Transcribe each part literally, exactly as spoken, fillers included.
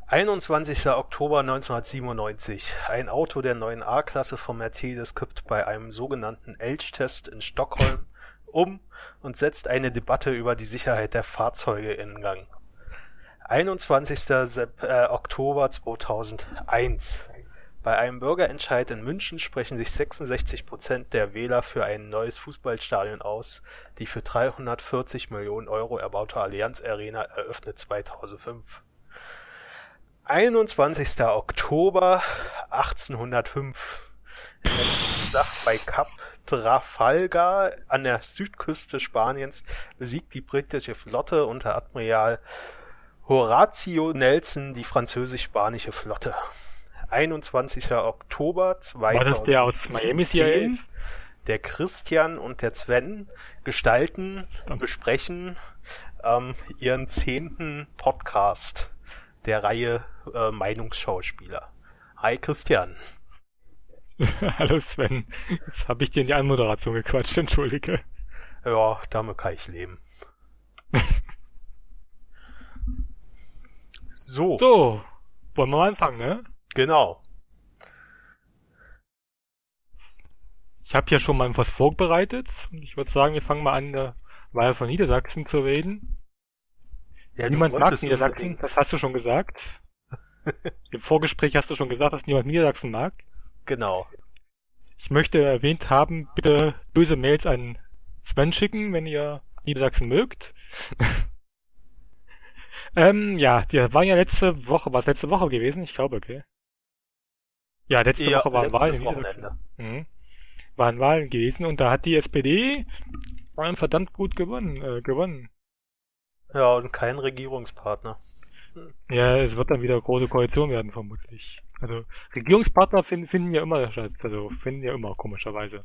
einundzwanzigster Oktober neunzehnhundertsiebenundneunzig. Ein Auto der neuen A-Klasse von Mercedes kippt bei einem sogenannten Elch-Test in Stockholm um und setzt eine Debatte über die Sicherheit der Fahrzeuge in Gang. einundzwanzigster Oktober zweitausendeins. Bei einem Bürgerentscheid in München sprechen sich sechsundsechzig Prozent der Wähler für ein neues Fußballstadion aus. Die für dreihundertvierzig Millionen Euro erbaute Allianz Arena eröffnet zweitausendfünf. einundzwanzigster Oktober achtzehnhundertfünf. In der Schlacht bei Kap Trafalgar an der Südküste Spaniens besiegt die britische Flotte unter Admiral Horatio Nelson die französisch-spanische Flotte. einundzwanzigster Oktober zweitausendzehn. War das der aus Miami C I A? Der Christian und der Sven gestalten und besprechen ähm, ihren zehnten Podcast der Reihe äh, Meinungsschauspieler. Hi Christian. Hallo Sven. Jetzt habe ich dir in die Anmoderation gequatscht, entschuldige. Ja, damit kann ich leben. So. So, wollen wir mal anfangen, ne? Genau. Ich habe ja schon mal was vorbereitet und ich würde sagen, wir fangen mal an, der Wahl von Niedersachsen zu reden. Ja, niemand mag Niedersachsen, unbedingt. Das hast du schon gesagt. Im Vorgespräch hast du schon gesagt, dass niemand Niedersachsen mag. Genau. Ich möchte erwähnt haben, bitte böse Mails an Sven schicken, wenn ihr Niedersachsen mögt. ähm, ja, die war ja letzte Woche, war es letzte Woche gewesen? Ich glaube, okay. Ja, letzte ja, Woche waren Wahlen in Niedersachsen. Mhm. Waren Wahlen gewesen und da hat die S P D verdammt gut gewonnen, äh, gewonnen. Ja, und kein Regierungspartner. Hm. Ja, es wird dann wieder große Koalition werden, vermutlich. Also, Regierungspartner finden, finden ja immer, also, finden ja immer, komischerweise.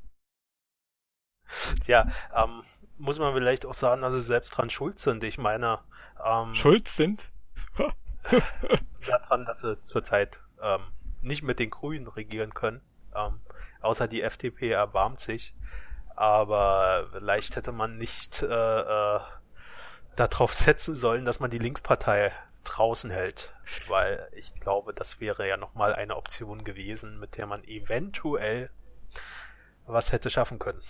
Ja, ähm, muss man vielleicht auch sagen, dass sie selbst dran schuld sind. Ich meine, ähm, Schuld sind? daran, dass sie zurzeit ähm, nicht mit den Grünen regieren können. Ähm, außer die F D P erbarmt sich. Aber vielleicht hätte man nicht äh, äh, darauf setzen sollen, dass man die Linkspartei draußen hält. Weil ich glaube, das wäre ja nochmal eine Option gewesen, mit der man eventuell was hätte schaffen können.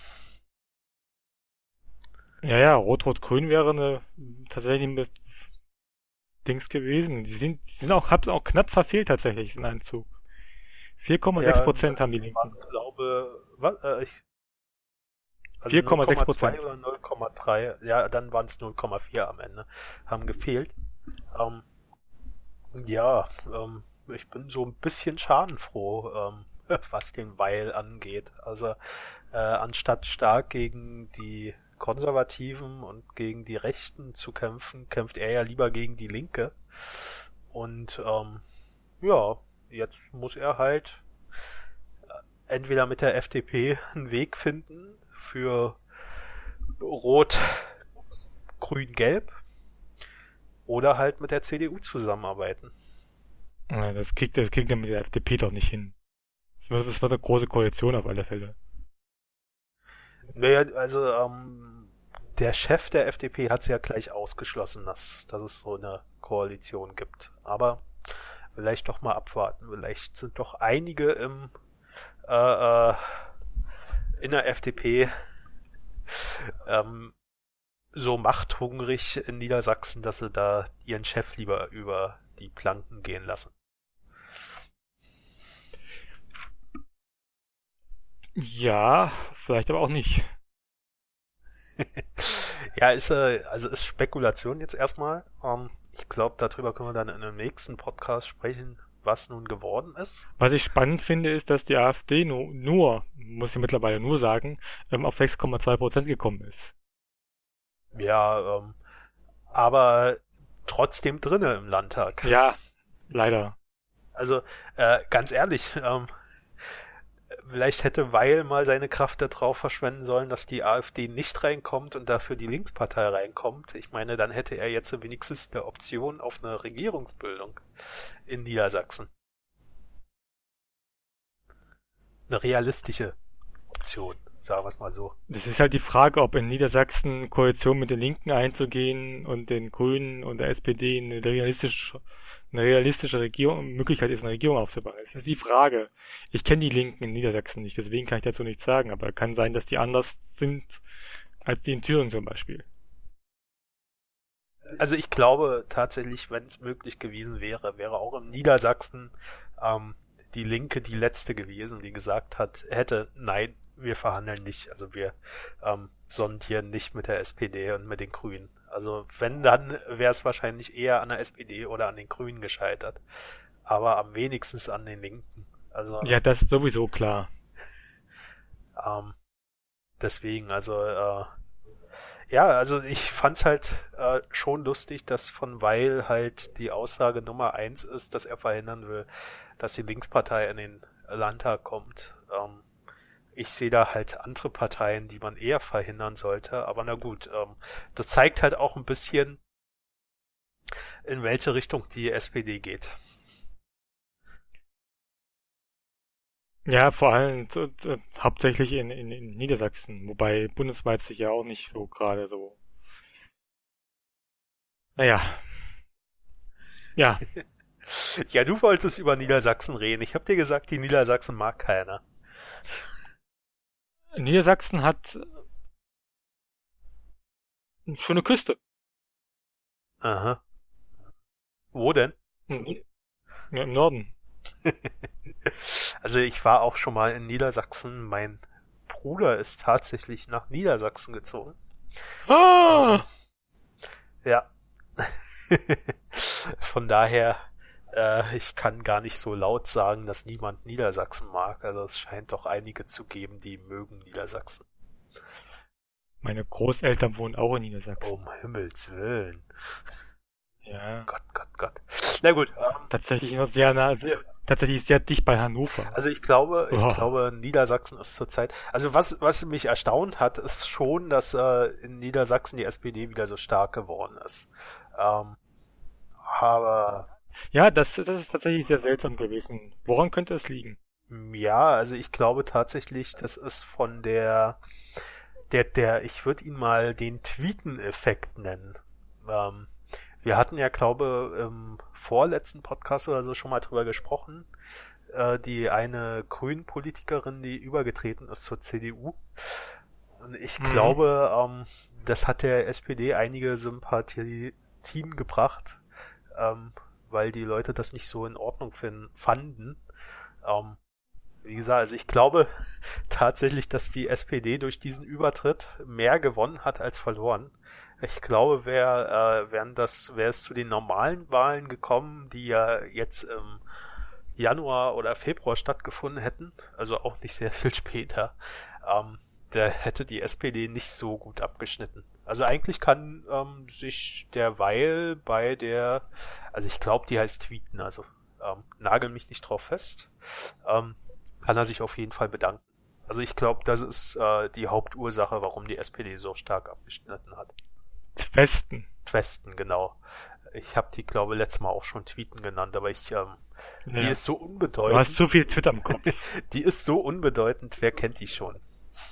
Ja, ja, Rot-Rot-Grün wäre eine tatsächlich ein Dings gewesen. Die sind, die sind auch, hab's auch knapp verfehlt tatsächlich, den Einzug. vier Komma sechs Prozent ja, haben die Linken. Ich glaube, was, äh, ich, also vier Komma sechs Prozent. oder null Komma drei, ja, dann waren es null Komma vier am Ende, haben gefehlt. Ähm, ja, ähm, ich bin so ein bisschen schadenfroh, ähm, was den Weil angeht. Also, äh, anstatt stark gegen die Konservativen und gegen die Rechten zu kämpfen, kämpft er ja lieber gegen die Linke. Und, ähm, ja, jetzt muss er halt entweder mit der F D P einen Weg finden für Rot, Grün, Gelb oder halt mit der C D U zusammenarbeiten. Ja, das kriegt, das kriegt er mit der F D P doch nicht hin. Das wird, das wird eine große Koalition auf alle Fälle. Naja, also ähm, der Chef der F D P hat es ja gleich ausgeschlossen, dass, dass es so eine Koalition gibt. Aber vielleicht doch mal abwarten. Vielleicht sind doch einige im äh, äh, in der F D P ähm, so machthungrig in Niedersachsen, dass sie da ihren Chef lieber über die Planken gehen lassen. Ja, vielleicht aber auch nicht. Ja, ist äh, also ist Spekulation jetzt erstmal. Ähm, ich glaube, darüber können wir dann in einem nächsten Podcast sprechen, was nun geworden ist. Was ich spannend finde, ist, dass die AfD nur, nur muss ich mittlerweile nur sagen, ähm, auf sechs Komma zwei Prozent gekommen ist. Ja, ähm, aber trotzdem drinne im Landtag. Ja, leider. Also, äh, ganz ehrlich, ähm, vielleicht hätte Weil mal seine Kraft darauf verschwenden sollen, dass die AfD nicht reinkommt und dafür die Linkspartei reinkommt. Ich meine, dann hätte er jetzt wenigstens eine Option auf eine Regierungsbildung in Niedersachsen. Eine realistische Option. Sagen wir es mal so. Das ist halt die Frage, ob in Niedersachsen Koalition mit den Linken einzugehen und den Grünen und der S P D eine realistische, eine realistische Regierung, Möglichkeit ist, eine Regierung aufzubauen. Das ist die Frage. Ich kenne die Linken in Niedersachsen nicht, deswegen kann ich dazu nichts sagen, aber kann sein, dass die anders sind als die in Thüringen zum Beispiel. Also ich glaube tatsächlich, wenn es möglich gewesen wäre, wäre auch in Niedersachsen ähm, die Linke die letzte gewesen, die gesagt hat, hätte, nein, wir verhandeln nicht, also wir ähm, sondieren nicht mit der S P D und mit den Grünen. Also wenn, dann wäre es wahrscheinlich eher an der S P D oder an den Grünen gescheitert. Aber am wenigstens an den Linken. Also Ja, das ist sowieso klar. ähm, deswegen, also äh, ja, also ich fand's halt äh, schon lustig, dass von Weil halt die Aussage Nummer eins ist, dass er verhindern will, dass die Linkspartei in den Landtag kommt. Ähm, ich sehe da halt andere Parteien, die man eher verhindern sollte, aber na gut, ähm, das zeigt halt auch ein bisschen, in welche Richtung die S P D geht. Ja, vor allem äh, äh, hauptsächlich in, in, in Niedersachsen, wobei bundesweit sich ja auch nicht so gerade so. Naja, ja, Ja, du wolltest über Niedersachsen reden. Ich habe dir gesagt, die Niedersachsen mag keiner. Niedersachsen hat eine schöne Küste. Aha. Wo denn? Hm, ja, im Norden. Also ich war auch schon mal in Niedersachsen. Mein Bruder ist tatsächlich nach Niedersachsen gezogen. Ah! Ähm, ja. Von daher, äh, ich kann gar nicht so laut sagen, dass niemand Niedersachsen mag. Also es scheint doch einige zu geben, die mögen Niedersachsen. Meine Großeltern wohnen auch in Niedersachsen. Um Himmels Willen. Ja, Gott, Gott, Gott. Na gut, ähm, tatsächlich noch sehr nah, sehr, tatsächlich sehr dicht bei Hannover. also ich glaube, ich Oh. glaube, Niedersachsen ist zurzeit, also was, was mich erstaunt hat, ist schon, dass äh, in Niedersachsen die S P D wieder so stark geworden ist. Ähm, aber Ja, das, das ist tatsächlich sehr seltsam gewesen. Woran könnte es liegen? mm, ja, also ich glaube tatsächlich, das ist von der, der, der, ich würde ihn mal den Tweeten-Effekt nennen. Ähm, wir hatten ja, glaube im vorletzten Podcast oder so schon mal drüber gesprochen. Äh, die eine Grünen-Politikerin, die übergetreten ist zur C D U. Und ich Mhm. glaube, ähm, das hat der S P D einige Sympathien gebracht, ähm, weil die Leute das nicht so in Ordnung fin- fanden. Ähm, wie gesagt, also ich glaube tatsächlich, dass die S P D durch diesen Übertritt mehr gewonnen hat als verloren. Ich glaube, wär, äh, wären das, wäre es zu den normalen Wahlen gekommen, die ja jetzt im Januar oder Februar stattgefunden hätten, also auch nicht sehr viel später, ähm, da hätte die S P D nicht so gut abgeschnitten. Also eigentlich kann ähm, sich der Weil bei der, also ich glaube, die heißt Tweeten, also ähm, nagel mich nicht drauf fest, ähm, kann er sich auf jeden Fall bedanken. Also ich glaube, das ist äh, die Hauptursache, warum die S P D so stark abgeschnitten hat. Westen. Twesten, genau. Ich habe die, glaube ich, letztes Mal auch schon Tweeten genannt, aber ich, ähm, die Ja. ist so Du unbedeutend. hast zu viel Twitter im Kopf. Die ist so unbedeutend, wer kennt die schon?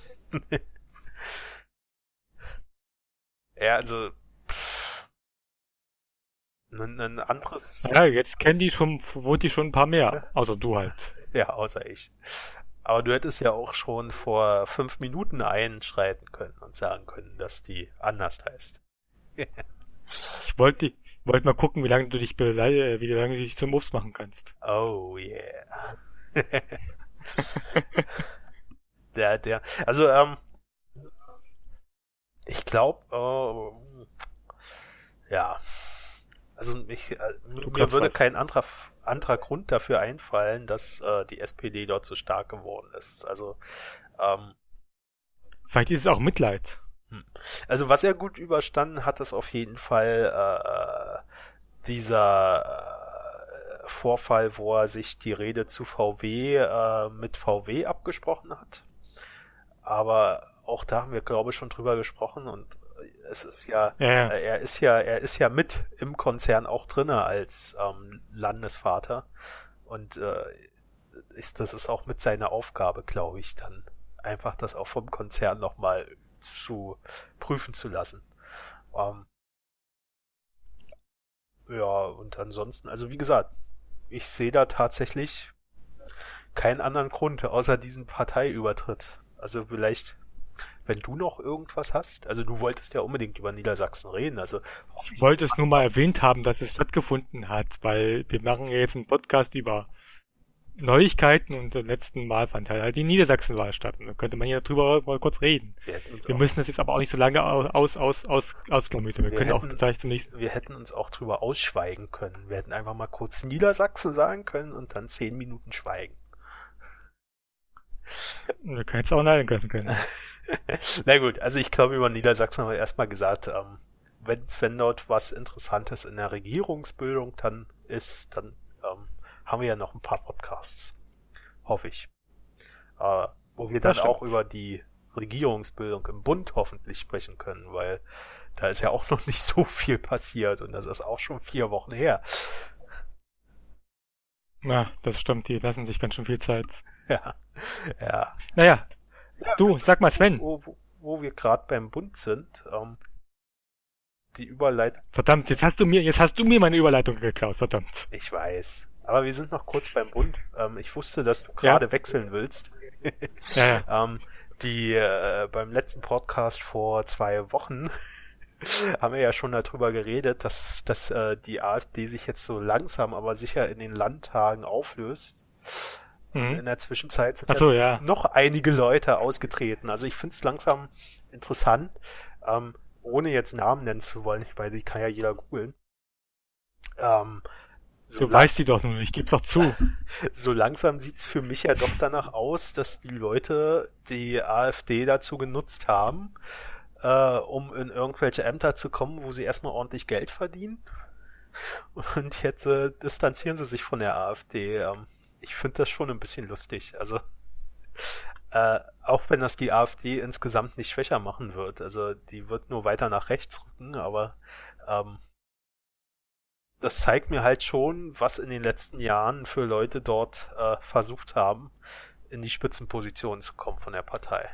Ja, also pff, ein, ein anderes, Ja, jetzt kennen die schon, wohnt die schon ein paar mehr. Außer du halt. ja, außer ich. Aber du hättest ja auch schon vor fünf Minuten einschreiten können und sagen können, dass die anders heißt. Ich wollte ich wollte mal gucken, wie lange du dich beleid- wie lange du dich zum Obst machen kannst. Oh yeah. Der, der, also, ähm, ich glaube, äh, ja, also mich, äh, Du mir kannst würde was. kein anderer, anderer Grund dafür einfallen, dass äh, die S P D dort so stark geworden ist. Also, ähm, Vielleicht ist es auch Mitleid. also was er gut überstanden hat, ist auf jeden Fall äh, dieser äh, Vorfall, wo er sich die Rede zu V W äh, mit V W abgesprochen hat. Aber auch da haben wir, glaube ich, schon drüber gesprochen und es ist ja, Ja, ja. äh, er ist ja, er ist ja mit im Konzern auch drinne als ähm, Landesvater und äh, ist, das ist auch mit seiner Aufgabe, glaube ich, dann einfach das auch vom Konzern nochmal zu prüfen zu lassen. Ähm, ja, und ansonsten, also wie gesagt, ich sehe da tatsächlich keinen anderen Grund, außer diesen Parteiübertritt. Also vielleicht, wenn du noch irgendwas hast, also du wolltest ja unbedingt über Niedersachsen reden, also Ich wollte es nur mal erwähnt haben, dass es stattgefunden hat, weil wir machen ja jetzt einen Podcast über Neuigkeiten und beim letzten Mal fand halt die Niedersachsenwahl statt. Und da könnte man ja drüber mal kurz reden. wir, Wir müssen das jetzt aber auch nicht so lange aus, aus, aus, ausklamüsern. Wir, wir können hätten, auch gleich zum nächsten. wir hätten uns auch drüber ausschweigen können. Wir hätten einfach mal kurz Niedersachsen sagen können und dann zehn Minuten schweigen. Wir können jetzt auch nein lassen können. Na gut, also ich glaube, über Niedersachsen haben wir erstmal gesagt, ähm, wenn, wenn dort was Interessantes in der Regierungsbildung dann ist, dann ähm, haben wir ja noch ein paar Podcasts. Hoffe ich. Äh, wo wir dann auch über die Regierungsbildung im Bund hoffentlich sprechen können, weil da ist ja auch noch nicht so viel passiert und das ist auch schon vier Wochen her. Ja, das stimmt, die lassen sich ganz schön viel Zeit. Ja, ja. Naja, du, sag mal Sven. Wo, wo, wo wir gerade beim Bund sind, ähm, die Überleitung. Verdammt, jetzt hast du mir, jetzt hast du mir meine Überleitung geklaut, verdammt. Ich weiß. Aber wir sind noch kurz beim Bund. Ähm, ich wusste, dass du gerade ja. wechseln willst. ja, ja. ähm, die äh, beim letzten Podcast vor zwei Wochen haben wir ja schon darüber geredet, dass, dass äh, die AfD sich jetzt so langsam, aber sicher in den Landtagen auflöst. Mhm. In der Zwischenzeit sind so, ja, ja noch einige Leute ausgetreten. Also ich finde es langsam interessant, ähm, ohne jetzt Namen nennen zu wollen, weil die kann ja jeder googeln. Ähm, so du weißt die doch nur, ich geb's doch zu. So langsam sieht's für mich ja doch danach aus, dass die Leute die AfD dazu genutzt haben, äh, um in irgendwelche Ämter zu kommen, wo sie erstmal ordentlich Geld verdienen. Und jetzt äh, distanzieren sie sich von der AfD. Ähm, ich finde das schon ein bisschen lustig. Also äh, auch wenn das die AfD insgesamt nicht schwächer machen wird. Also die wird nur weiter nach rechts rücken, aber ähm, das zeigt mir halt schon, was in den letzten Jahren für Leute dort äh, versucht haben, in die Spitzenpositionen zu kommen von der Partei.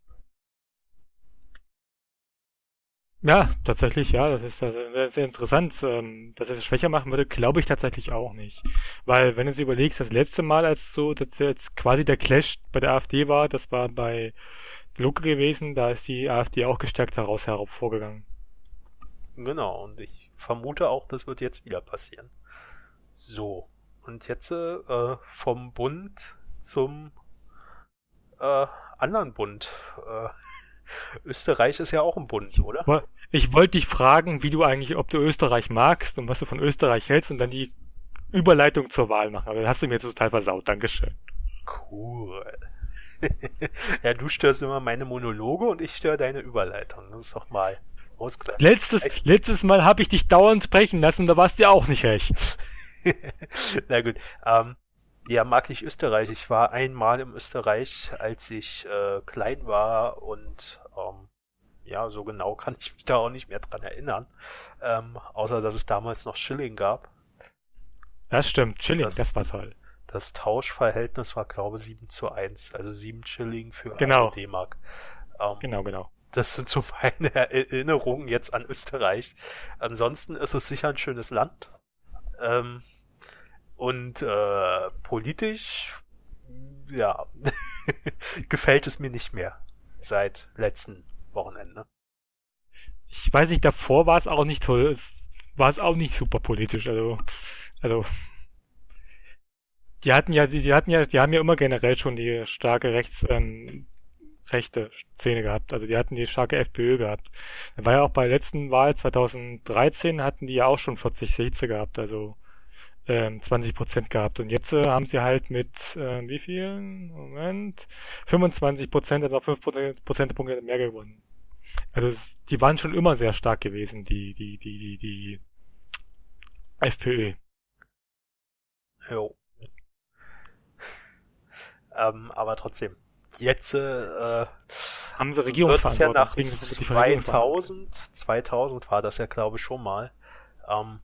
Ja, tatsächlich, ja, das ist sehr, sehr interessant. Ähm, dass es schwächer machen würde, glaube ich tatsächlich auch nicht. Weil, wenn du dir überlegst, das letzte Mal, als so, dass jetzt quasi der Clash bei der AfD war, das war bei Lucke gewesen, da ist die AfD auch gestärkt daraus hervorgegangen. Genau, und ich vermute auch, das wird jetzt wieder passieren. So, und jetzt äh, vom Bund zum äh, anderen Bund. Äh, Österreich ist ja auch ein Bund, oder? Ich wollte dich fragen, wie du eigentlich, ob du Österreich magst und was du von Österreich hältst und dann die Überleitung zur Wahl machen. Aber das hast du mir jetzt total versaut. Dankeschön. Cool. Ja, du störst immer meine Monologe und ich störe deine Überleitung. Das ist doch mal Ausgleich. Letztes, letztes Mal habe ich dich dauernd sprechen lassen und da warst du dir auch nicht recht. Na gut. Ähm, ja, mag ich Österreich. Ich war einmal im Österreich, als ich äh, klein war und ähm, ja, so genau kann ich mich da auch nicht mehr dran erinnern. Ähm, außer, dass es damals noch Schilling gab. Das stimmt, Schilling, das, das war toll. Das Tauschverhältnis war, glaube ich, sieben zu eins. Also sieben Schilling für genau. eine D-Mark. Ähm, genau, genau. Das sind so meine Erinnerungen jetzt an Österreich. Ansonsten ist es sicher ein schönes Land. Ähm, und äh, politisch, ja, gefällt es mir nicht mehr seit letzten Wochenende. Ich weiß nicht, davor war es auch nicht toll. Es war es auch nicht super politisch. Also, also die hatten ja, die, die hatten ja, die haben ja immer generell schon die starke rechts ähm, rechte Szene gehabt. Also die hatten die starke FPÖ gehabt. Da war ja auch bei der letzten Wahl zwanzig dreizehn hatten die ja auch schon vierzig Sitze gehabt, also ähm, zwanzig Prozent gehabt. Und jetzt äh, haben sie halt mit äh, wie viel? Moment. fünfundzwanzig Prozent, also fünf Prozentpunkte mehr gewonnen. Also es, die waren schon immer sehr stark gewesen, die, die, die, die, die FPÖ. Jo. ähm, aber trotzdem. Jetzt äh, haben sie Regierungsverantwortung. Wird es ja nach zweitausend, zweitausend war das ja, glaube ich, schon mal, ähm,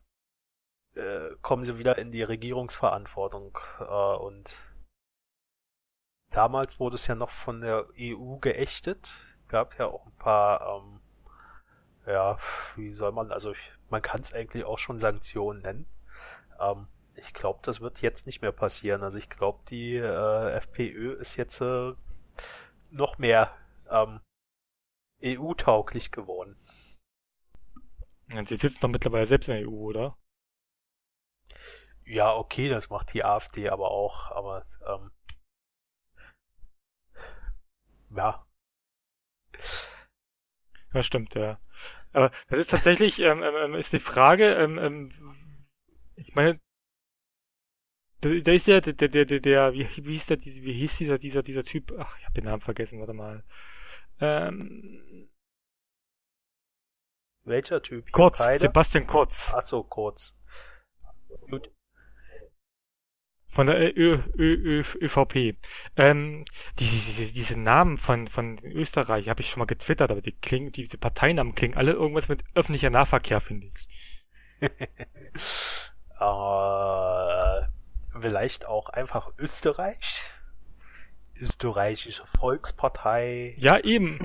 äh, kommen sie wieder in die Regierungsverantwortung äh, und damals wurde es ja noch von der E U geächtet. Gab ja auch ein paar, ähm, ja, wie soll man, also ich, man kann es eigentlich auch schon Sanktionen nennen. Ähm, ich glaube, das wird jetzt nicht mehr passieren. Also ich glaube, die äh, FPÖ ist jetzt äh, noch mehr ähm, E U-tauglich geworden. Und sie sitzen doch mittlerweile selbst in der E U, oder? Ja, okay, das macht die AfD aber auch, aber ähm, ja. Ja, stimmt, ja. Aber das ist tatsächlich, ähm, ähm, ist die Frage, ähm, ähm, ich meine, da, da ist ja der, der, der, der, der wie, wie hieß der, wie hieß dieser, dieser, dieser Typ, ach, ich habe den Namen vergessen, warte mal. Ähm, Welcher Typ hier? Kurz, Beide? Sebastian Kurz. Ach so, kurz. Gut. Von der Ö, Ö, Ö, ÖVP. Ähm, diese, diese, diese Namen von, von Österreich habe ich schon mal getwittert, aber die klingen, diese Parteinamen klingen alle irgendwas mit öffentlicher Nahverkehr, finde ich. äh, vielleicht auch einfach Österreich? Österreichische Volkspartei. Ja, eben.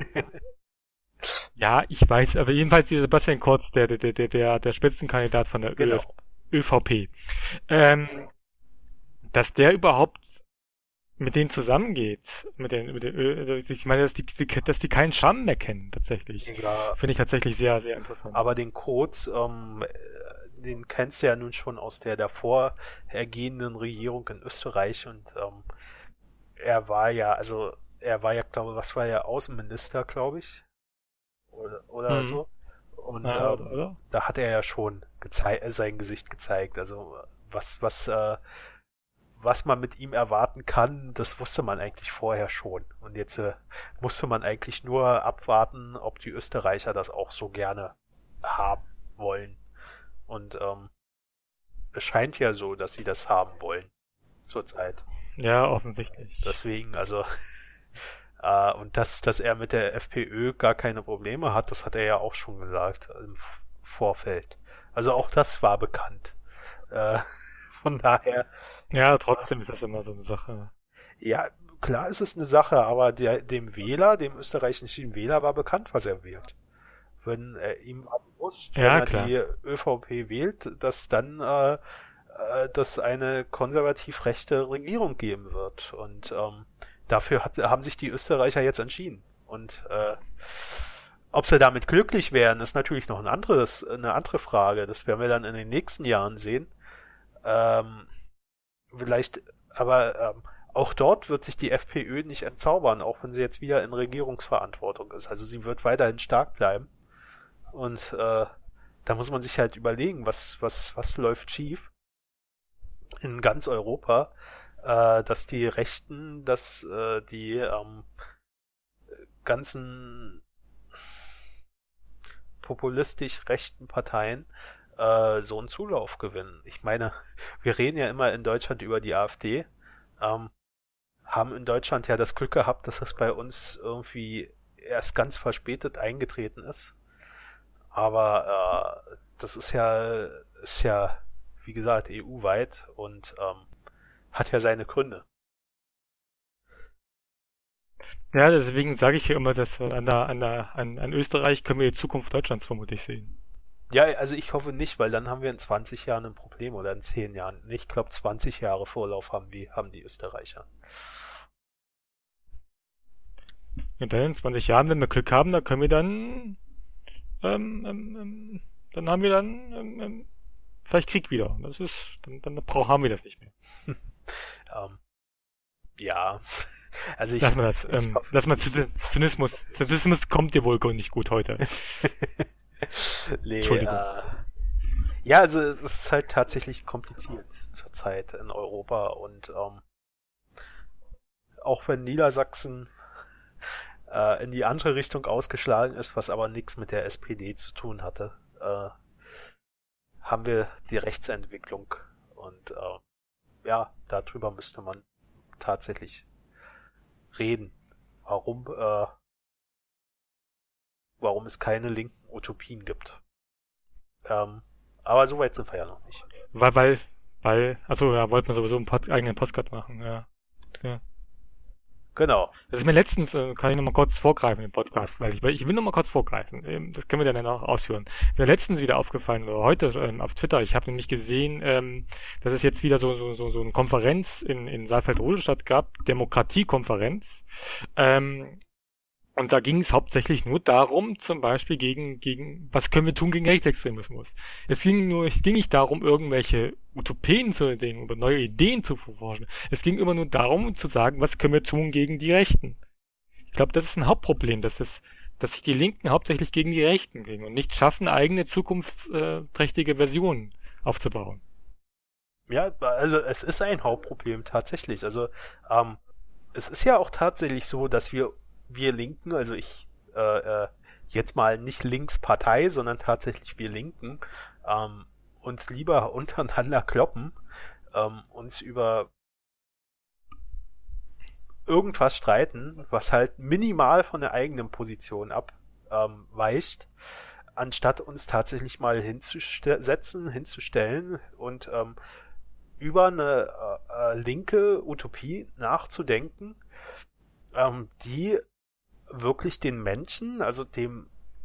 Ja, ich weiß, aber jedenfalls dieser Sebastian Kurz, der, der, der, der, der Spitzenkandidat von der Genau. Ö, ÖVP. Ähm, dass der überhaupt mit denen zusammengeht, mit den, mit den Ö, ich meine, dass die, dass die keinen Scham mehr kennen, tatsächlich. Ja, Finde ich tatsächlich sehr, sehr interessant. aber den Kurz, ähm, den kennst du ja nun schon aus der davor ergehenden Regierung in Österreich und ähm, er war ja, also er war ja, glaube was war er, Außenminister, glaube ich, oder, oder Mhm. so. Und Ja, ähm, oder, oder? da hat er ja schon gezei- äh, sein Gesicht gezeigt. Also was, was, äh, was man mit ihm erwarten kann, das wusste man eigentlich vorher schon. Und jetzt äh, musste man eigentlich nur abwarten, ob die Österreicher das auch so gerne haben wollen. Und ähm, es scheint ja so, dass sie das haben wollen zurzeit. Ja, offensichtlich. Deswegen, also äh, und dass, dass er mit der FPÖ gar keine Probleme hat, das hat er ja auch schon gesagt im F- Vorfeld. Also auch das war bekannt. Äh, von daher, Ja, trotzdem ist das immer so eine Sache. ja, klar ist es eine Sache, aber der, dem Wähler, dem österreichischen Wähler war bekannt, was er wählt. Wenn er ihm war bewusst, wenn Ja, er klar. die ÖVP wählt, dass dann äh, äh, dass eine konservativ-rechte Regierung geben wird. Und ähm, dafür hat, haben sich die Österreicher jetzt entschieden. Und äh, ob sie damit glücklich werden, ist natürlich noch ein anderes, eine andere Frage. Das werden wir dann in den nächsten Jahren sehen. Ähm, vielleicht, aber ähm, auch dort wird sich die FPÖ nicht entzaubern, auch wenn sie jetzt wieder in Regierungsverantwortung ist. Also sie wird weiterhin stark bleiben. Und äh, da muss man sich halt überlegen, was, was, was läuft schief in ganz Europa, äh, dass die Rechten, dass äh, die ähm, ganzen populistisch rechten Parteien äh, so einen Zulauf gewinnen. Ich meine, wir reden ja immer in Deutschland über die AfD, ähm, haben in Deutschland ja das Glück gehabt, dass das bei uns irgendwie erst ganz verspätet eingetreten ist. Aber äh, das ist ja, ist ja, wie gesagt, E U-weit und ähm, hat ja seine Gründe. Ja, deswegen sage ich ja immer, dass wir an, der, an, der, an, an Österreich können wir die Zukunft Deutschlands vermutlich sehen. Ja, also ich hoffe nicht, weil dann haben wir in zwanzig Jahren ein Problem oder in zehn Jahren. Ich glaube, zwanzig Jahre Vorlauf haben die, haben die Österreicher. Und dann in zwanzig Jahren, wenn wir Glück haben, da können wir dann, ähm, ähm, ähm, dann haben wir dann ähm, ähm, vielleicht Krieg wieder. Das ist, dann, dann brauch, haben wir das nicht mehr. ähm, ja, also ich... Lass mal das, ich ähm, hoffe, lass mal Zynismus. Zynismus kommt dir wohl nicht gut heute. nee, Entschuldigung. äh, ja, also es ist halt tatsächlich kompliziert zurzeit in Europa und ähm, auch wenn Niedersachsen äh, in die andere Richtung ausgeschlagen ist, was aber nichts mit der S P D zu tun hatte, äh, haben wir die Rechtsentwicklung und äh, ja, darüber müsste man tatsächlich reden, warum äh, warum es keine linken Utopien gibt. Ähm, aber so weit sind wir ja noch nicht. Weil, weil, weil, achso, ja, wollten wir sowieso einen Pod, eigenen Postcard machen, ja. Ja. Genau. Das ist mir letztens, äh, kann ich nochmal kurz vorgreifen im Podcast, weil ich, weil ich will nochmal kurz vorgreifen. Ähm, das können wir dann auch ausführen. Mir letztens wieder aufgefallen, oder heute ähm, auf Twitter, ich habe nämlich gesehen, ähm, dass es jetzt wieder so, so, so, so eine Konferenz in, in Saalfeld-Rudolstadt gab, Demokratiekonferenz. Ähm, Und da ging es hauptsächlich nur darum, zum Beispiel gegen, gegen, was können wir tun gegen Rechtsextremismus? Es ging nur, es ging nicht darum, irgendwelche Utopien zu denken oder neue Ideen zu verforschen. Es ging immer nur darum, zu sagen, was können wir tun gegen die Rechten? Ich glaube, das ist ein Hauptproblem, dass es, dass sich die Linken hauptsächlich gegen die Rechten gegen und nicht schaffen, eigene zukunftsträchtige Versionen aufzubauen. Ja, also es ist ein Hauptproblem tatsächlich. Also ähm, es ist ja auch tatsächlich so, dass wir wir Linken, also ich äh, äh, jetzt mal nicht Linkspartei, sondern tatsächlich wir Linken, ähm, uns lieber untereinander kloppen, ähm, uns über irgendwas streiten, was halt minimal von der eigenen Position abweicht, ähm, anstatt uns tatsächlich mal hinzusetzen, hinzustellen und ähm, über eine äh, äh, linke Utopie nachzudenken, ähm, die wirklich den Menschen, also dem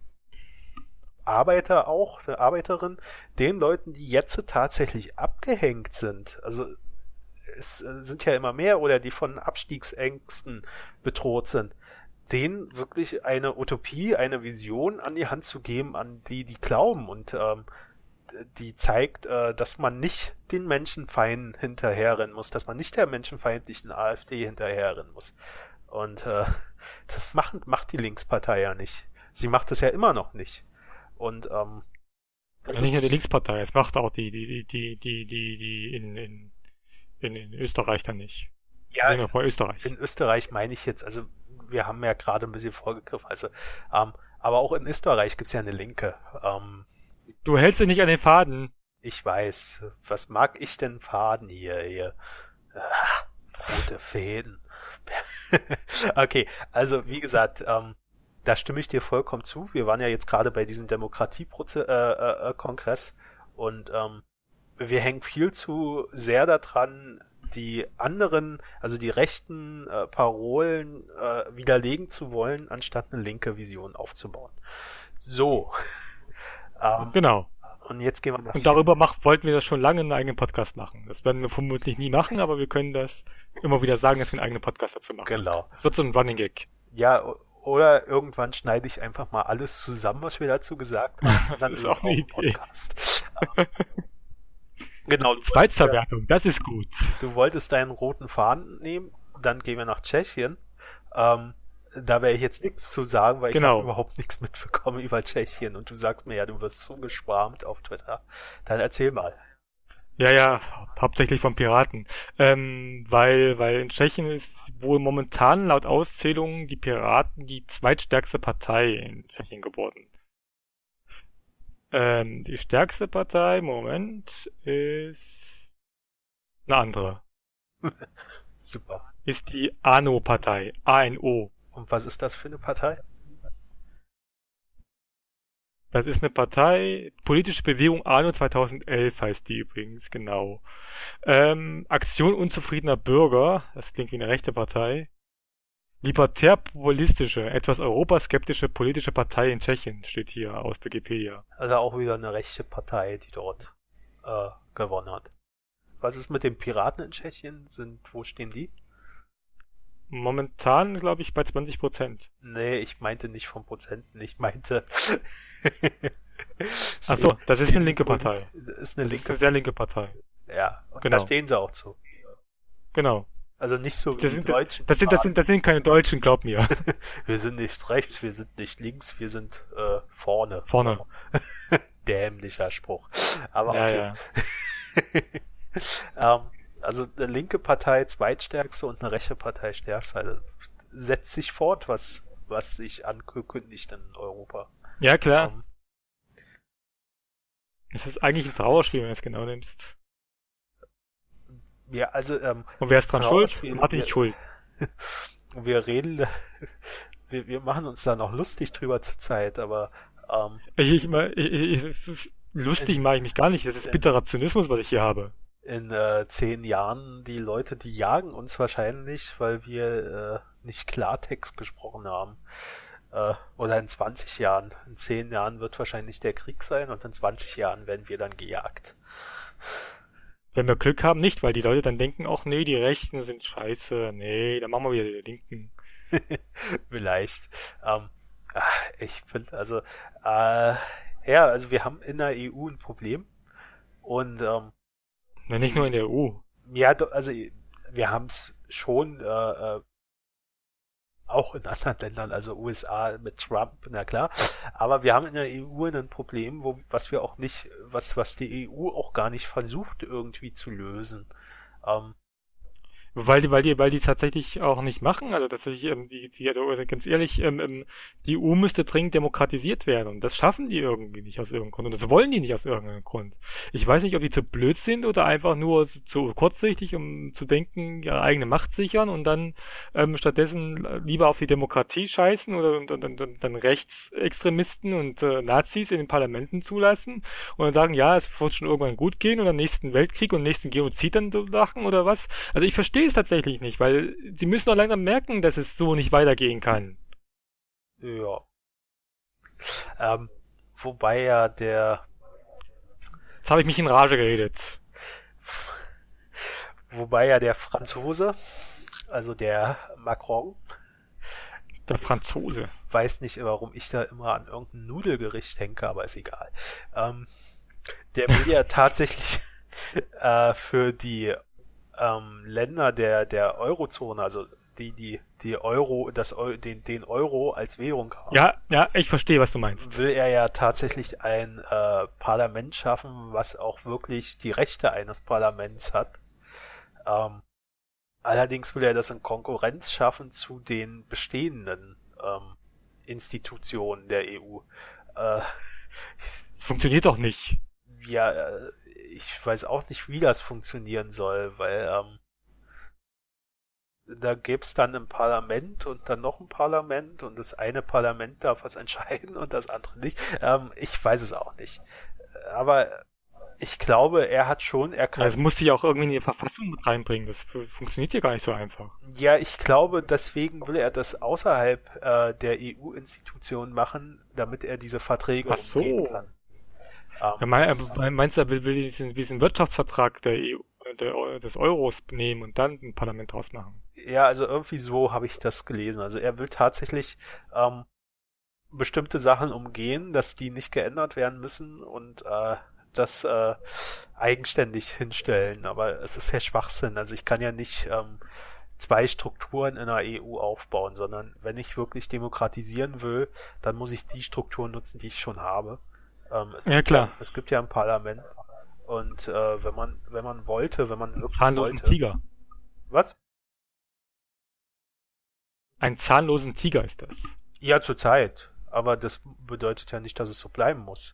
Arbeiter auch, der Arbeiterin, den Leuten, die jetzt tatsächlich abgehängt sind, also es sind ja immer mehr oder die von Abstiegsängsten bedroht sind, denen wirklich eine Utopie, eine Vision an die Hand zu geben, an die die glauben und ähm, die zeigt, äh, dass man nicht den Menschenfeinden hinterherrennen muss, dass man nicht der menschenfeindlichen AfD hinterherrennen muss. Und äh, das macht, macht die Linkspartei ja nicht. Sie macht es ja immer noch nicht. Und ähm, also nicht nur die Linkspartei, es macht auch die, die, die, die, die, die in, in, in, in Österreich dann nicht. Ja, sind wir vor Österreich. In Österreich meine ich jetzt, also wir haben ja gerade ein bisschen vorgegriffen, also ähm, aber auch in Österreich gibt's ja eine Linke. Ähm, du hältst dich nicht an den Faden. Ich weiß. Was mag ich denn Faden hier? hier? Ah, rote Fäden. Okay, also wie gesagt, ähm, da stimme ich dir vollkommen zu. Wir waren ja jetzt gerade bei diesem Demokratie-Kongress äh, äh, und ähm, wir hängen viel zu sehr daran, die anderen, also die rechten äh, Parolen äh, widerlegen zu wollen, anstatt eine linke Vision aufzubauen. So. ähm, genau. Und jetzt gehen wir nach. Und darüber macht, wollten wir das schon lange einen eigenen Podcast machen. Das werden wir vermutlich nie machen, aber wir können das immer wieder sagen, dass wir einen eigenen Podcast dazu machen. Genau. Das wird so ein Running Gag. Ja, oder irgendwann schneide ich einfach mal alles zusammen, was wir dazu gesagt haben. Und dann ist, ist es auch ein Podcast. Genau. Zweitverwertung, das ist gut. Du wolltest deinen roten Faden nehmen, dann gehen wir nach Tschechien. Ähm, da werde ich jetzt nichts zu sagen, weil genau. ich habe überhaupt nichts mitbekommen über Tschechien. Und du sagst mir ja, du wirst so geschwärmt auf Twitter. Dann erzähl mal. Ja, ja, hauptsächlich von Piraten. Ähm, weil, weil in Tschechien ist wohl momentan laut Auszählungen die Piraten die zweitstärkste Partei in Tschechien geworden. Ähm, die stärkste Partei, Moment, ist eine andere. Super. Ist die A N O-Partei. A N O. Und was ist das für eine Partei? Das ist eine Partei, politische Bewegung A N O zweitausendelf heißt die übrigens, genau. Ähm, Aktion unzufriedener Bürger, das klingt wie eine rechte Partei. Libertär-populistische, etwas europaskeptische politische Partei in Tschechien, steht hier aus Wikipedia. Also auch wieder eine rechte Partei, die dort äh, gewonnen hat. Was ist mit den Piraten in Tschechien? Sind, wo stehen die? Momentan, glaube ich, bei zwanzig Prozent. Nee, ich meinte nicht von Prozenten, ich meinte... Achso, das ist eine linke Partei. Das ist eine linke, linke das ist eine sehr linke Partei. Ja, und genau. Da stehen sie auch zu. Genau. Also nicht so wie das die sind, Deutschen. Das, das, sind, das, sind, das sind keine Deutschen, glaub mir. Wir sind nicht rechts, wir sind nicht links, wir sind äh, vorne. Vorne. Dämlicher Spruch. Aber ja, okay. Ja. ähm, also eine linke Partei zweitstärkste und eine rechte Partei stärkste. Also setzt sich fort, was, was sich ankündigt in Europa. Ja, klar. Ähm, es ist eigentlich ein Trauerspiel, wenn du es genau nimmst. Ja, also, ähm, und wer ist dran schuld? Hat nicht schuld. Wir reden, wir, wir machen uns da noch lustig drüber zur Zeit, aber, ähm, ich, ich, ich, ich, lustig mache ich mich gar nicht. Das ist bitterer Zynismus, was ich hier habe. In äh, zehn Jahren, die Leute, die jagen uns wahrscheinlich, weil wir äh, nicht Klartext gesprochen haben. Äh, oder in zwanzig Jahren. In zehn Jahren wird wahrscheinlich der Krieg sein und in zwanzig Jahren werden wir dann gejagt. Wenn wir Glück haben, nicht, weil die Leute dann denken, ach nee, die Rechten sind scheiße, nee, dann machen wir wieder die Linken. Vielleicht. Ähm, ich finde, also, äh, ja, also wir haben in der E U ein Problem und ähm, Na, nicht nur in der E U. ja, also wir haben es schon äh, äh, auch in anderen Ländern, also U S A mit Trump, na klar, aber wir haben in der E U ein Problem, wo, was wir auch nicht, was, was die E U auch gar nicht versucht irgendwie zu lösen. Ähm, Weil die, weil die, weil die tatsächlich auch nicht machen, also tatsächlich, ähm, die, die, also ganz ehrlich, ähm, ähm, die E U müsste dringend demokratisiert werden und das schaffen die irgendwie nicht aus irgendeinem Grund und das wollen die nicht aus irgendeinem Grund. Ich weiß nicht, ob die zu blöd sind oder einfach nur zu kurzsichtig, um zu denken, ihre eigene Macht sichern und dann ähm, stattdessen lieber auf die Demokratie scheißen oder und, und, und, und dann Rechtsextremisten und äh, Nazis in den Parlamenten zulassen und dann sagen, ja, es wird schon irgendwann gut gehen und am nächsten Weltkrieg und nächsten Genozid dann lachen oder was. Also ich verstehe es tatsächlich nicht, weil sie müssen doch langsam merken, dass es so nicht weitergehen kann. ja. Ähm, wobei ja der Jetzt habe ich mich in Rage geredet. wobei ja der Franzose, also der Macron, Der Franzose. weiß nicht, warum ich da immer an irgendein Nudelgericht denke, aber ist egal. Ähm, der will ja tatsächlich äh, für die ähm, Länder der der Eurozone, also die die die Euro, das Eu den den Euro als Währung haben, Ja, ja, ich verstehe, was du meinst. will er ja tatsächlich ein äh, Parlament schaffen, was auch wirklich die Rechte eines Parlaments hat. Ähm, allerdings will er das in Konkurrenz schaffen zu den bestehenden ähm, Institutionen der E U. Äh, Es funktioniert doch nicht. ja, äh, ich weiß auch nicht, wie das funktionieren soll, weil ähm, da gäbe es dann ein Parlament und dann noch ein Parlament und das eine Parlament darf was entscheiden und das andere nicht. Ähm, ich weiß es auch nicht. Aber ich glaube, er hat schon, er Ja, kann. das musste ich auch irgendwie in die Verfassung mit reinbringen. Das funktioniert hier gar nicht so einfach. Ja, ich glaube, deswegen will er das außerhalb äh, der E U-Institutionen machen, damit er diese Verträge Ach so. umgehen kann. Ähm, Ja, mein, äh, meinst du, er will, will diesen, diesen Wirtschaftsvertrag der E U, der, des Euros nehmen und dann ein Parlament draus machen? Ja, also irgendwie so habe ich das gelesen. Also er will tatsächlich ähm, bestimmte Sachen umgehen, dass die nicht geändert werden müssen und äh, das äh, eigenständig hinstellen. Aber es ist ja Schwachsinn. Also ich kann ja nicht ähm, zwei Strukturen in der E U aufbauen, sondern wenn ich wirklich demokratisieren will, dann muss ich die Strukturen nutzen, die ich schon habe. Ähm, es Ja, gibt klar. Ja, es gibt ja ein Parlament und äh, wenn man wenn man wollte, wenn man wirklich Zahnlosen wollte, Tiger. was? Ein zahnlosen Tiger ist das. Ja, zur Zeit. Aber das bedeutet ja nicht, dass es so bleiben muss.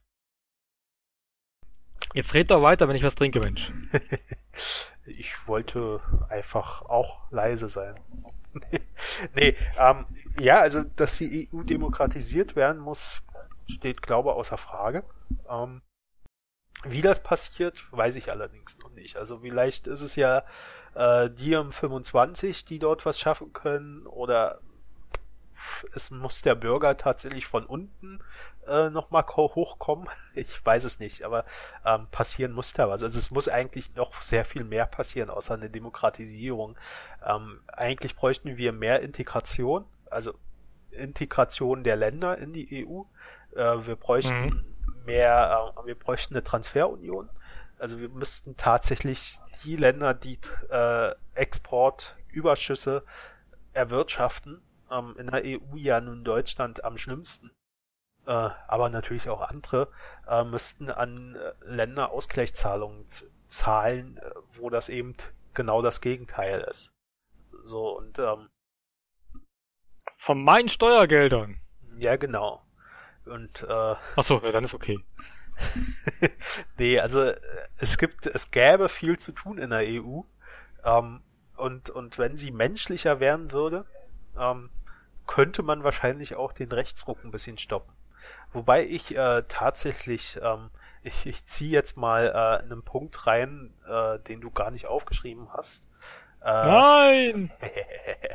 Jetzt red doch weiter, wenn ich was trinke, Mensch. Ich wollte einfach auch leise sein. nee, ähm, ja, also, dass die E U demokratisiert werden muss, steht, glaube ich, außer Frage. Ähm, wie das passiert, weiß ich allerdings noch nicht. Also vielleicht ist es ja äh, die M fünfundzwanzig, die dort was schaffen können, oder es muss der Bürger tatsächlich von unten äh, nochmal hochkommen. Ich weiß es nicht, aber ähm, passieren muss da was. Also es muss eigentlich noch sehr viel mehr passieren, außer eine Demokratisierung. Ähm, eigentlich bräuchten wir mehr Integration, also Integration der Länder in die E U. Äh, wir bräuchten Mhm. mehr, äh, wir bräuchten eine Transferunion. Also wir müssten tatsächlich die Länder, die äh, Exportüberschüsse erwirtschaften, ähm, in der E U ja nun Deutschland am schlimmsten, äh, aber natürlich auch andere, äh, müssten an äh, Länder Ausgleichszahlungen z- zahlen, äh, wo das eben genau das Gegenteil ist. So, und ähm, Von meinen Steuergeldern. ja, genau. Und äh, Achso, ja, dann ist okay. nee, also äh, es gibt, es gäbe viel zu tun in der E U. Ähm, und, und wenn sie menschlicher werden würde, ähm, könnte man wahrscheinlich auch den Rechtsruck ein bisschen stoppen. Wobei ich äh, tatsächlich, ähm, ich, ich ziehe jetzt mal äh, einen Punkt rein, äh, den du gar nicht aufgeschrieben hast. Äh, Nein!